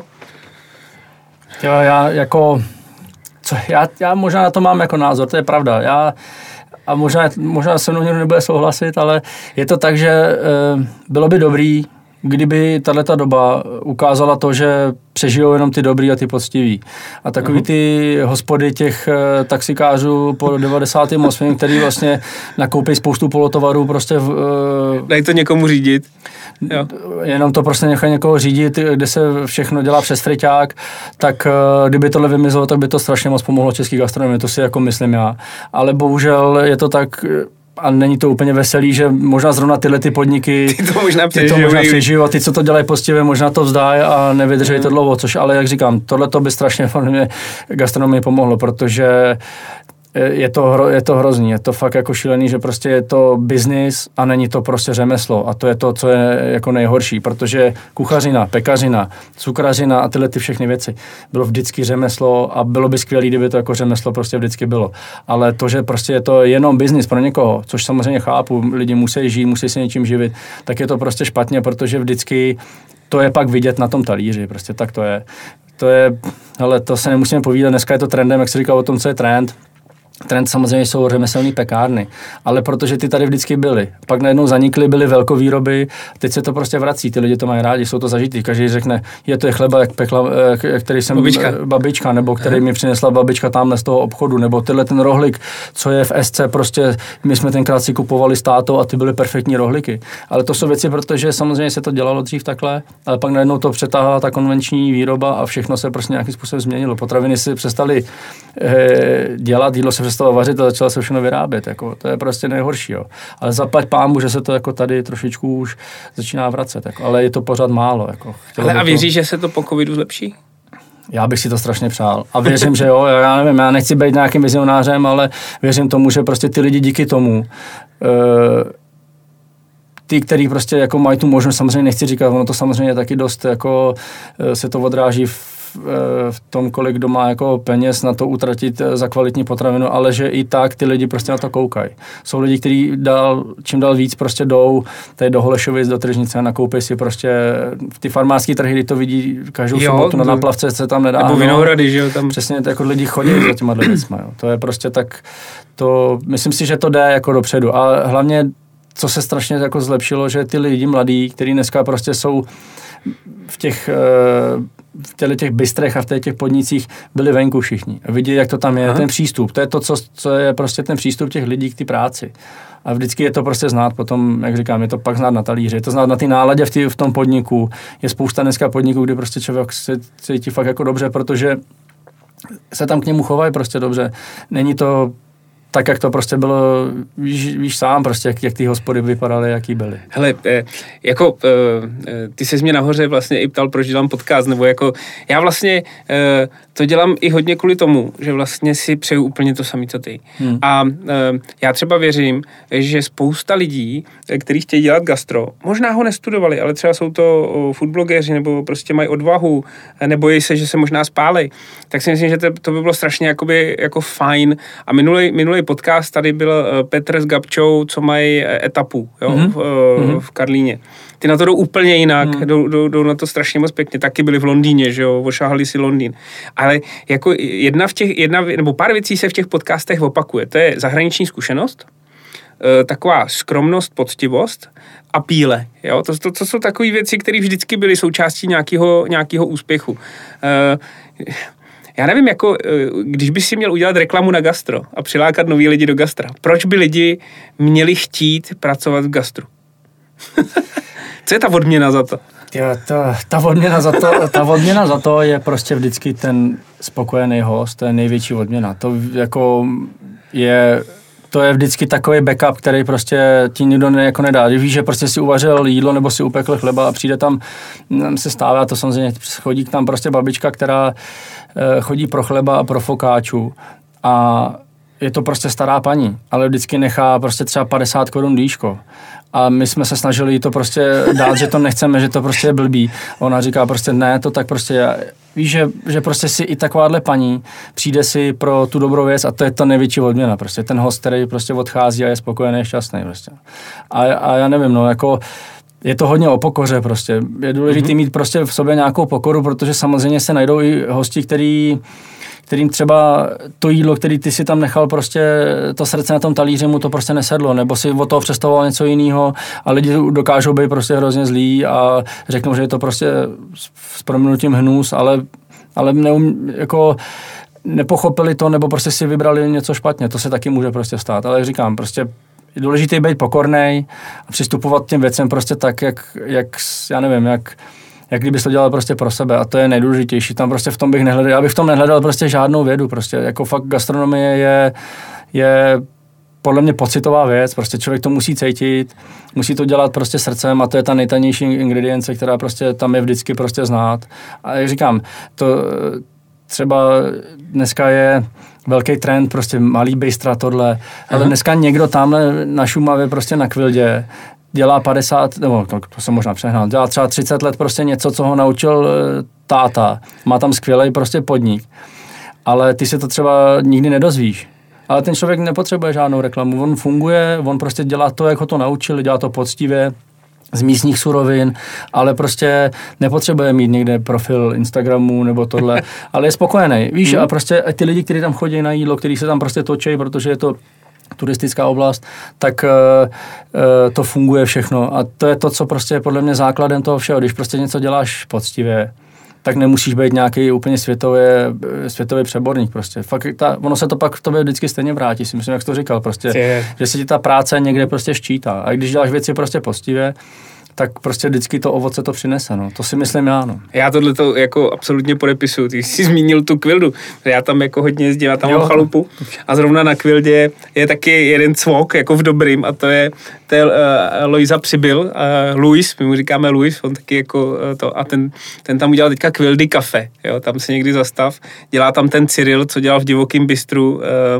Jo, já jako... Co, já, já možná na to mám jako názor, to je pravda. Já, a možná, možná se mnou někdo nebude souhlasit, ale je to tak, že e, bylo by dobrý, kdyby tato doba ukázala to, že přežijou jenom ty dobrý a ty poctiví. A takový ty hospody těch e, taxikářů po devadesátém osmém, který vlastně nakoupí spoustu polotovarů, prostě... E, Daj to někomu řídit. Jo. Jenom to prostě nechá někoho řídit, kde se všechno dělá přes friťák, tak kdyby tohle vymizelo, tak by to strašně moc pomohlo český gastronomii, to si jako myslím já. Ale bohužel je to tak, a není to úplně veselý, že možná zrovna tyhle ty podniky, ty to možná přežijou, to možná přežijou a ty, co to dělají poctivě, možná to vzdají a nevydrží mm. to dlouho, což ale jak říkám, tohle to by strašně gastronomii pomohlo, protože Je to, je to hrozný, je to fakt jako šílený, že prostě je to biznis a není to prostě řemeslo a to je to, co je jako nejhorší, protože kuchařina, pekařina, cukrařina a tyhle ty všechny věci bylo vždycky řemeslo a bylo by skvělé, kdyby to jako řemeslo prostě vždycky bylo. Ale to, že prostě je to jenom biznis pro někoho, což samozřejmě chápu, lidi musí žít, musí se něčím živit, tak je to prostě špatně, protože vždycky to je pak vidět na tom talíři, prostě tak to je. To je, ale to se nemusíme povídat, dneska je to trendem, jak se říká o tom, co je trend. Trend samozřejmě jsou řemeslné pekárny, ale protože ty tady vždycky byly. Pak najednou zanikly, byly velkovýroby, teď se to prostě vrací, ty lidi to mají rádi, jsou to zažitý. Každý řekne, je to je chleba, jak pekla, který jsem babička, babička nebo který mi přinesla babička tamhle z toho obchodu, nebo tyhle ten rohlik, co je v S C, prostě my jsme tenkrát si kupovali s tátou a ty byly perfektní rohliky. Ale to jsou věci, protože samozřejmě se to dělalo dřív takhle, ale pak najednou to přetáhla ta konvenční výroba a všechno se prostě nějakým způsobem změnilo. Potraviny si přestali eh, dělat, jídlo se přestalo vařit a začala se všechno vyrábět. Jako, to je prostě nejhorší. Jo. Ale zaplať pámu, že se to jako tady trošičku už začíná vracet. Jako, ale je to pořád málo. Jako. Ale a věříš, to... že se to po covidu zlepší? Já bych si to strašně přál. A věřím, že jo, já nevím, já nechci být nějakým vizionářem, ale věřím tomu, že prostě ty lidi díky tomu, uh, ty, který prostě jako mají tu možnost, samozřejmě nechci říkat, ono to samozřejmě taky dost jako uh, se to odráží v v tom, kolik kdo má jako peněz na to utratit za kvalitní potravinu, ale že i tak ty lidi prostě na to koukají. Jsou lidi, kteří dál, čím dál víc prostě jdou tady do Holešovic, do tržnice a nakoupí si prostě ty farmářské trhy, kdy to vidí každou jo, sobotu na náplavce, se tam nedá. Nebo Vinohrady, že jo? Tam... Přesně, jako lidi chodí za těma věcma, jo. To je prostě tak, to, myslím si, že to jde jako dopředu a hlavně, co se strašně jako zlepšilo, že ty lidi mladí, kteří dneska prostě jsou v těch v těle těch bistrech a v těch podnicích byli venku všichni. Vidí, jak to tam je, Aha. ten přístup. To je to, co, co je prostě ten přístup těch lidí k té práci. A vždycky je to prostě znát potom, jak říkám, je to pak znát na talíři, je to znát na té náladě v, tý, v tom podniku. Je spousta dneska podniků, kdy prostě člověk se cítí fakt jako dobře, protože se tam k němu chovají prostě dobře. Není to tak, jak to prostě bylo, víš, víš sám prostě, jak, jak ty hospody vypadaly, jaký byly. Hele, eh, jako eh, ty ses mě nahoře vlastně i ptal, proč dělám podcast, nebo jako já vlastně eh, to dělám i hodně kvůli tomu, že vlastně si přeju úplně to samé, co ty. Hmm. A eh, já třeba věřím, že spousta lidí, kteří chtějí dělat gastro, možná ho nestudovali, ale třeba jsou to foodblogeři, nebo prostě mají odvahu, nebojí se, že se možná spálej, tak si myslím, že to, to by bylo strašně jakoby, jako fajn. A minulej, minulej podcast tady byl Petr s Gabčou, co mají etapu, jo, mm-hmm. v, v Karlíně. Ty na to jdou úplně jinak, mm. jdou, jdou, jdou na to strašně moc pěkně. Taky byli v Londýně, že jo, ošáhali si Londýn. Ale jako jedna v těch, jedna, nebo pár věcí se v těch podcastech opakuje. To je zahraniční zkušenost, taková skromnost, poctivost a píle. Jo? To, to, to jsou takové věci, které vždycky byly součástí nějakého, nějakého úspěchu. Já nevím, jako, když by si měl udělat reklamu na gastro a přilákat nový lidi do gastra, proč by lidi měli chtít pracovat v gastru? Co je ta odměna za to? Jo, ta, ta, odměna za to, ta odměna za to je prostě vždycky ten spokojený host, to je největší odměna. To jako je, to je vždycky takový backup, který prostě ti nikdo ne, jako nedá. Když víš, že prostě si uvařil jídlo nebo si upekl chleba a přijde tam, se stává to samozřejmě, chodí k tam prostě babička, která chodí pro chleba a pro fokáčů a je to prostě stará paní, ale vždycky nechá prostě třeba padesát korun dýško. A my jsme se snažili jí to prostě dát, že to nechceme, že to prostě je blbý. Ona říká prostě ne, to tak prostě, víš, že, že prostě si i takováhle paní přijde si pro tu dobrou věc a to je to největší odměna prostě. Ten host, který prostě odchází a je spokojený, šťastný prostě. A, a já nevím, no jako je to hodně o pokoře prostě. Je důležité mm-hmm. mít prostě v sobě nějakou pokoru, protože samozřejmě se najdou i hosti, který kterým třeba to jídlo, který ty si tam nechal, prostě to srdce na tom talíři mu to prostě nesedlo, nebo si od toho představoval něco jiného a lidi dokážou být prostě hrozně zlí a řeknou, že je to prostě s prominutím hnus, ale, ale neum, jako nepochopili to, nebo prostě si vybrali něco špatně, to se taky může prostě stát, ale jak říkám, prostě je důležité být pokornej a přistupovat těm věcem prostě tak, jak, jak já nevím, jak jak kdybys to dělal prostě pro sebe a to je nejdůležitější. Tam prostě v tom bych nehledal, já bych v tom nehledal prostě žádnou vědu, prostě jako fakt gastronomie je, je podle mě pocitová věc, prostě člověk to musí cítit, musí to dělat prostě srdcem a to je ta nejtajnější ingredience, která prostě tam je vždycky prostě znát. A jak říkám, to třeba dneska je velký trend, prostě malý bystra, tohle, ale Aha. dneska někdo tamhle na Šumavě prostě na Kvildě dělá padesát, nebo to jsem možná přehnal, dělá třeba třicet let prostě něco, co ho naučil táta. Má tam skvělej prostě podnik. Ale ty se to třeba nikdy nedozvíš. Ale ten člověk nepotřebuje žádnou reklamu. On funguje, on prostě dělá to, jak ho to naučili, dělá to poctivě, z místních surovin, ale prostě nepotřebuje mít někde profil Instagramu nebo tohle, ale je spokojený. Víš, mm. a prostě ty lidi, kteří tam chodí na jídlo, kteří se tam prostě točí, protože je to turistická oblast, tak uh, uh, to funguje všechno. A to je to, co prostě je podle mě základem toho všeho. Když prostě něco děláš poctivě, tak nemusíš být nějaký úplně světově, světový přeborník prostě. Fakt ta, ono se to pak v tobě vždycky stejně vrátí, si myslím, jak jsi to říkal, prostě, je. Že se ti ta práce někde prostě ščítá. A když děláš věci prostě poctivě, tak prostě vždycky to ovoce to přinese, no. To si myslím já, no. Já tohle to jako absolutně podepisuju. Ty jsi zmínil tu Kvildu. Já tam jako hodně jezdím, já tam mám chalupu a zrovna na Kvildě je taky jeden cvok, jako v dobrým, a to je, to je uh, Lojza Přibyl, uh, Luis, my mu říkáme Luis, on taky jako uh, to, a ten, ten tam udělal teďka Kvildy kafe, jo, tam se někdy zastav, dělá tam ten Cyril, co dělal v Divokým bistru, uh,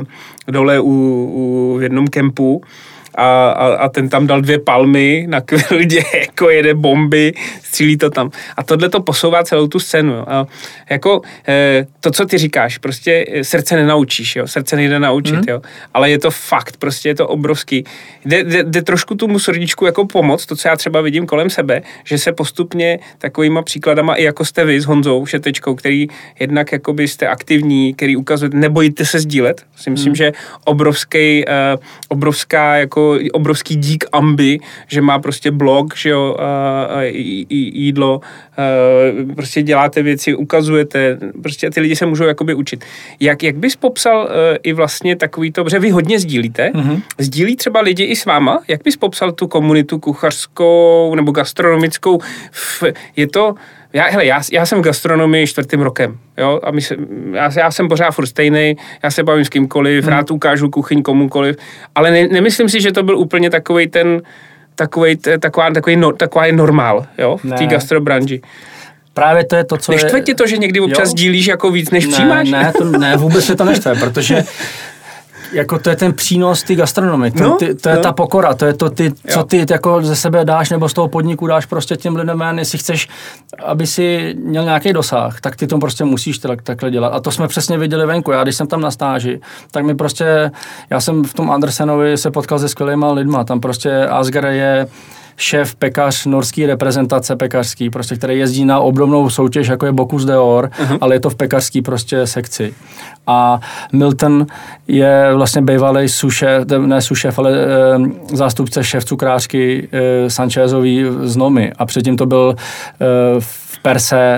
dole u, u v jednom kempu, A, a, a ten tam dal dvě palmy na Kvildě, jako jede bomby, střílí to tam. A tohle to posouvá celou tu scénu. Jo. A jako e, to, co ty říkáš, prostě srdce nenaučíš, jo. Srdce nejde naučit, mm. jo. Ale je to fakt, prostě je to obrovský. Jde, jde, jde trošku tomu srdíčku jako pomoct, to, co já třeba vidím kolem sebe, že se postupně takovýma příkladama, i jako jste vy s Honzou Šetečkou, který jednak jakoby jste aktivní, který ukazujete, nebojíte se sdílet. Si myslím, mm. že obrovský, e, obrovská jako obrovský dík Ambi, že má prostě blog, že jo, a, a jídlo, a, prostě děláte věci, ukazujete, prostě ty lidi se můžou jakoby učit. Jak, jak bys popsal uh, i vlastně takový to, protože vy hodně sdílíte, mm-hmm. sdílí třeba lidi i s váma, jak bys popsal tu komunitu kuchařskou nebo gastronomickou, v, je to Já, hele, já, já jsem v gastronomii čtvrtým rokem, jo, a my se, já, já jsem pořád furt stejnej, já se bavím s kýmkoliv, hmm. rád ukážu kuchyň komukoliv, ale ne, nemyslím si, že to byl úplně takovej ten, takovej, taková, takový no, taková je normál, jo, v té gastrobranži. Právě to je to, co Neštve je... tě to, že někdy občas jo? dílíš jako víc, než ne, přijímáš? Ne, to, ne, vůbec se to neštve, protože jako to je ten přínos té gastronomie, to, no, ty, to je no. ta pokora, to je to, ty, co ty jako ze sebe dáš nebo z toho podniku dáš prostě těm lidem, jestli chceš, aby si měl nějaký dosah, tak ty to prostě musíš tak, takhle dělat. A to jsme přesně viděli venku. Já když jsem tam na stáži, tak mi prostě, já jsem v tom Andersenovi se potkal se skvělýma lidma, tam prostě Asger je šéf pekař norský reprezentace pekařský, prostě, který jezdí na obdobnou soutěž, jako je Bocuse d'Or, uh-huh. ale je to v pekařský prostě sekci. A Milton je vlastně bývalý sušef, ne sušef, ale e, zástupce šéf cukrářky e, Sanchezový z Nomy. A předtím to byl e, v Perse,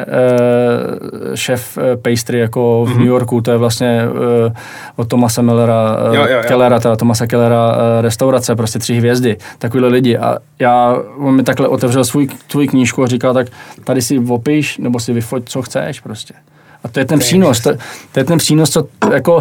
šéf pastry jako v mm-hmm. New Yorku, to je vlastně od Thomase Millera, jo, jo, jo. Kellera, teda Thomasa Kellera restaurace, prostě tři hvězdy, takovýhle lidi. A já, on mi takhle otevřel svůj, svůj knížku a říkal, tak tady si opiš, nebo si vyfoť, co chceš prostě. A to je ten přínos, to, to je ten přínos, co jako,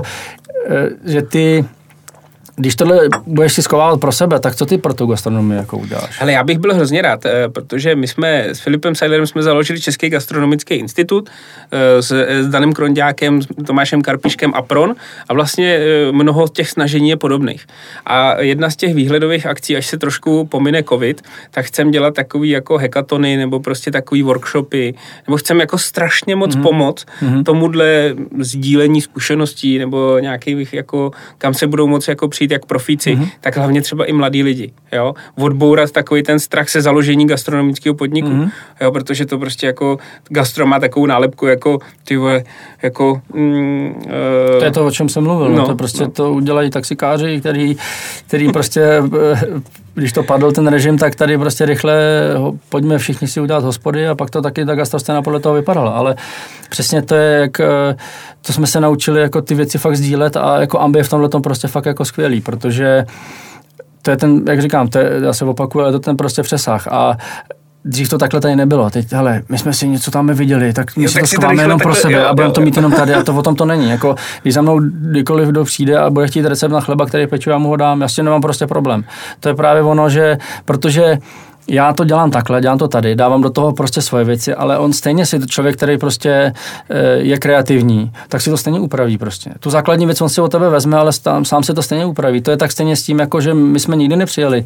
že ty, když tohle budeš si schovávat pro sebe, tak co ty pro tu gastronomii jako uděláš? Ale já bych byl hrozně rád, protože my jsme s Filipem Seilerem jsme založili Český gastronomický institut s, s Danem Kronďákem, s Tomášem Karpiškem a Pron a vlastně mnoho těch snažení je podobných. A jedna z těch výhledových akcí, až se trošku pomine covid, tak chcem dělat takový jako hackatony nebo prostě takový workshopy, nebo chcem jako strašně moc mm-hmm. pomoct mm-hmm. tomuhle sdílení zkušeností nebo nějakých jako, kam se budou moci jako přijít jak profíci, mm-hmm. tak hlavně třeba i mladí lidi, jo, odbourat takový ten strach se založení gastronomického podniku, mm-hmm. jo, protože to prostě jako gastro má takovou nálepku jako ty vole, jako mm, uh, to je to, o čem jsem mluvil, no, no to prostě no. To udělají taxikáři, který, který prostě když to padl ten režim, tak tady prostě rychle pojďme všichni si udělat hospody a pak to taky ta gastroscéna podle toho vypadala, ale přesně to je, jak to jsme se naučili jako ty věci fakt sdílet a jako Ambi je v tomhletom prostě fakt jako skvělý, protože to je ten, jak říkám, to je, já se opakuju, ale to je ten prostě přesah a dřív to takhle tady nebylo. Teď, hele, my jsme si něco tam viděli, tak my jo, si tak to schováme jenom takhle, pro sebe jo, a budeme to mít jenom tady a to o tom to není. Jako, když za mnou kdykoliv kdo přijde a bude chtít recept na chleba, který peču, já mu ho dám, já s tím nemám prostě problém. To je právě ono, že protože já to dělám takhle, dělám to tady, dávám do toho prostě svoje věci, ale on stejně si člověk, který prostě je kreativní, tak si to stejně upraví prostě. Tu základní věc on si od tebe vezme, ale sám, sám si to stejně upraví. To je tak stejně s tím, jako že my jsme nikdy nepřijeli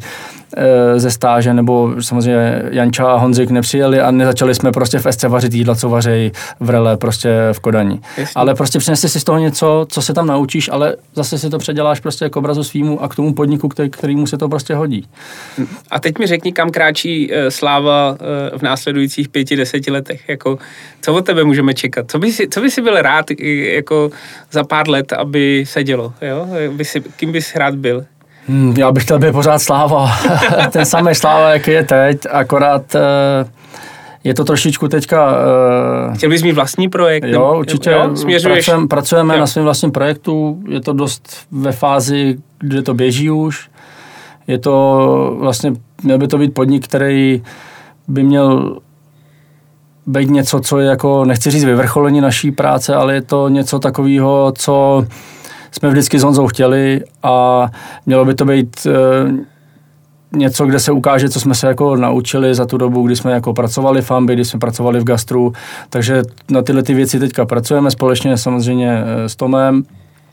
ze stáže, nebo samozřejmě Janča a Honzik nepřijeli a nezačali jsme prostě v esce vařit jídla, co vařejí v Rele, prostě v Kodani. Jasně. Ale prostě přinesli si z toho něco, co se tam naučíš, ale zase si to předěláš prostě k obrazu svýmu a k tomu podniku, který, kterýmu se to prostě hodí. A teď mi řekni, kam kráčí Sláva v následujících pěti, deseti letech. Jako, co od tebe můžeme čekat? Co by si, co by si byl rád jako za pár let, aby se dělo? Jo? By si, kým bys rád byl? Hmm, já bych chtěl být pořád Sláva. Ten samý Sláva, jaký je teď, akorát je to trošičku teďka... Chtěl bys mít vlastní projekt? Jo, určitě. Jo, pracujeme, pracujeme na svém vlastním projektu. Je to dost ve fázi, kde to běží už. Je to vlastně, měl by to být podnik, který by měl být něco, co je jako, nechci říct vyvrcholení naší práce, ale je to něco takového, co jsme vždycky s Honzou chtěli a mělo by to být e, něco, kde se ukáže, co jsme se jako naučili za tu dobu, kdy jsme jako pracovali v Ambi, kdy jsme pracovali v gastru, takže na tyhle ty věci teďka pracujeme společně samozřejmě s Tomem.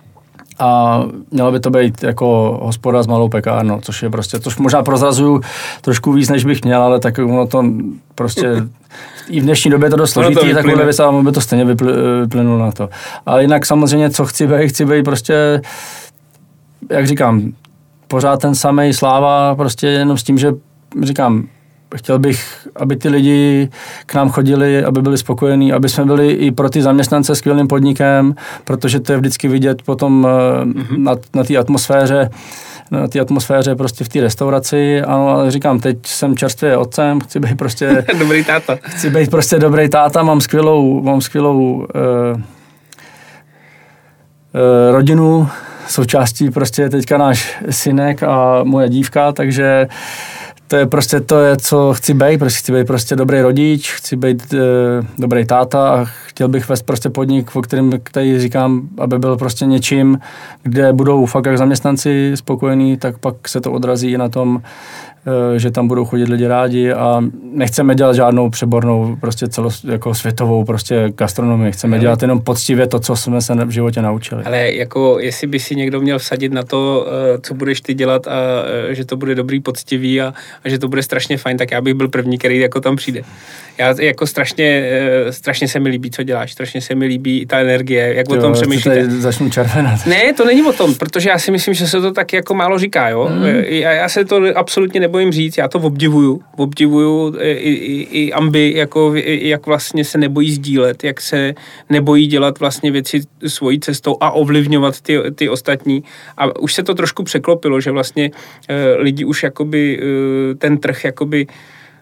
A mělo by to být jako hospoda s malou pekárnou, což je prostě, což možná prozrazuju trošku víc, než bych měl, ale tak ono to prostě, i v dnešní době je to dost složitý, takové věc, ale by to stejně vyplynulo na to. Ale jinak samozřejmě, co chci být, chci být prostě, jak říkám, pořád ten samej Sláva, prostě jenom s tím, že říkám, chtěl bych, aby ty lidi k nám chodili, aby byli spokojení, aby jsme byli i pro ty zaměstnance skvělým podnikem, protože to je vždycky vidět potom mm-hmm. na, na té atmosféře, na té atmosféře prostě v té restauraci. Ano, ale říkám, teď jsem čerstvě otcem, chci být prostě... dobrý táta. Chci být prostě dobrý táta, mám skvělou, mám skvělou uh, uh, rodinu, součástí prostě teďka náš synek a moje dívka, takže to je prostě to, je, co chci být, prostě chci být prostě dobrý rodič, chci být e, dobrý táta a chtěl bych vést prostě podnik, o kterém který říkám, aby byl prostě něčím, kde budou fakt jak zaměstnanci spokojení, tak pak se to odrazí i na tom, e, že tam budou chodit lidi rádi a nechceme dělat žádnou přebornou prostě celo, jako světovou prostě gastronomii, chceme ale dělat jenom poctivě to, co jsme se v životě naučili. Ale jako jestli by si někdo měl vsadit na to, co budeš ty dělat a že to bude dobrý, poctivý a a že to bude strašně fajn, tak já bych byl první, který jako tam přijde. Já jako strašně, strašně se mi líbí, co děláš, strašně se mi líbí ta energie, jak jo, o tom přemýšlíte. Začnu červenat. Ne, to není o tom, protože já si myslím, že se to tak jako málo říká, jo. Mm. Já, já se to absolutně nebojím říct, já to obdivuju, obdivuju i, i, i Ambi, jako, jak vlastně se nebojí sdílet, jak se nebojí dělat vlastně věci svojí cestou a ovlivňovat ty, ty ostatní. A už se to trošku překlopilo, že vlastně uh, lidi už jakoby uh, ten trh jakoby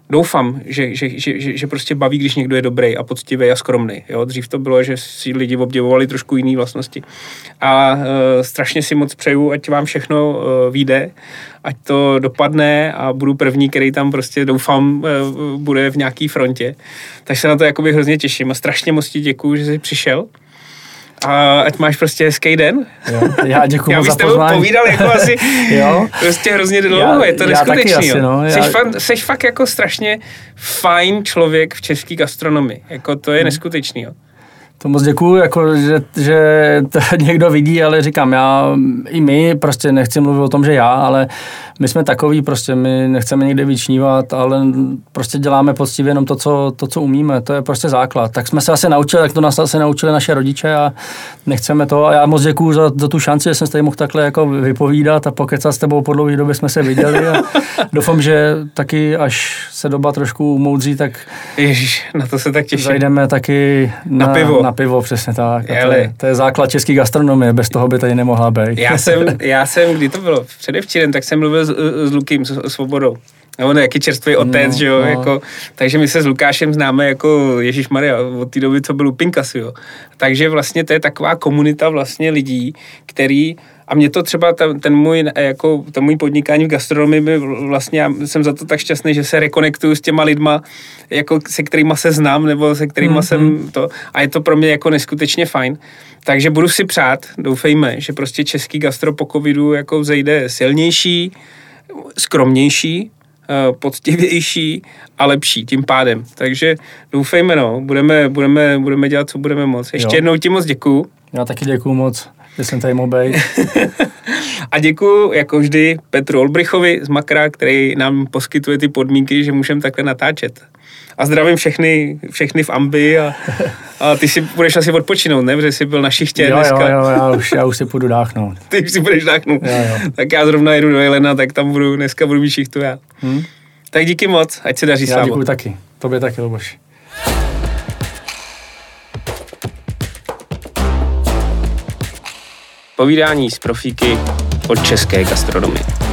doufám, že, že, že, že, že prostě baví, když někdo je dobrý a poctivý a skromný. Jo? Dřív to bylo, že si lidi obdivovali trošku jiné vlastnosti. A uh, strašně si moc přeju, ať vám všechno uh, vyjde, ať to dopadne a budu první, který tam prostě doufám uh, bude v nějaký frontě. Takže se na to jakoby hrozně těším a strašně moc ti děkuju, že jsi přišel. A ať máš prostě hezký den. Jo, já děkuji já za pozvání. Já bych s povídal jako asi jo. prostě hrozně dlouho, je to neskutečný. No. Já... Seš, fakt, seš fakt jako strašně fajn člověk v české gastronomii. Jako to je hmm. neskutečný. Jo. To moc děkuju, jako, že, že to někdo vidí, ale říkám, já i my, prostě nechci mluvit o tom, že já, ale my jsme takový, prostě my nechceme někde vyčnívat, ale prostě děláme poctivě jenom to co, to, co umíme, to je prostě základ. Tak jsme se asi naučili, tak to nás asi naučili naše rodiče a nechceme to. A já moc děkuju za, za tu šanci, že jsem se tady mohl takhle jako vypovídat a pokecat s tebou po dlouhé době jsme se viděli a doufám, že taky, až se doba trošku umoudří, tak Ježiš, na to se tak těším. Zajdeme taky na, na pivo. Na pivo, přesně tak. To je, to je základ české gastronomie, bez toho by tady nemohla být. Já jsem, já jsem, kdy to bylo, předevčírem, tak jsem mluvil s, s Lukým, s Svobodou. No, on je jaký čerstvý otec, no, že jo, no. Jako, takže my se s Lukášem známe jako Ježišmarja od té doby, co byl u Pinkasu, jo. Takže vlastně to je taková komunita vlastně lidí, který, a mě to třeba ten, ten můj, jako, ten můj podnikání v gastronomii, by vlastně, já jsem za to tak šťastný, že se rekonektuju s těma lidma, jako se kterýma se znám, nebo se kterýma mm-hmm. jsem to, a je to pro mě jako neskutečně fajn. Takže budu si přát, doufejme, že prostě český gastro po covidu jako vzejde silnější, skromnější, poctivější a lepší tím pádem. Takže doufejme, no, budeme, budeme, budeme dělat, co budeme moc. Ještě jo. jednou ti moc děkuju. Já taky děkuju moc, že jsem tady mohl být. A děkuju, jako vždy, Petru Olbrichovi z Makra, který nám poskytuje ty podmínky, že můžeme takhle natáčet. A zdravím všechny, všechny v Ambi a, a ty si budeš asi odpočinout, ne? Protože jsi byl na šichtě jo, dneska. Jo, jo, já už, já už si půjdu dáchnout. Ty už si budeš dáchnout. Jo, jo. Tak já zrovna jedu do Jelena, tak tam budu, dneska budu mít šichtu já. Hmm? Tak díky moc, ať se daří, Slávo. Já děkuju taky, tobě taky, Luboš. Povídání z profíky od české gastronomie.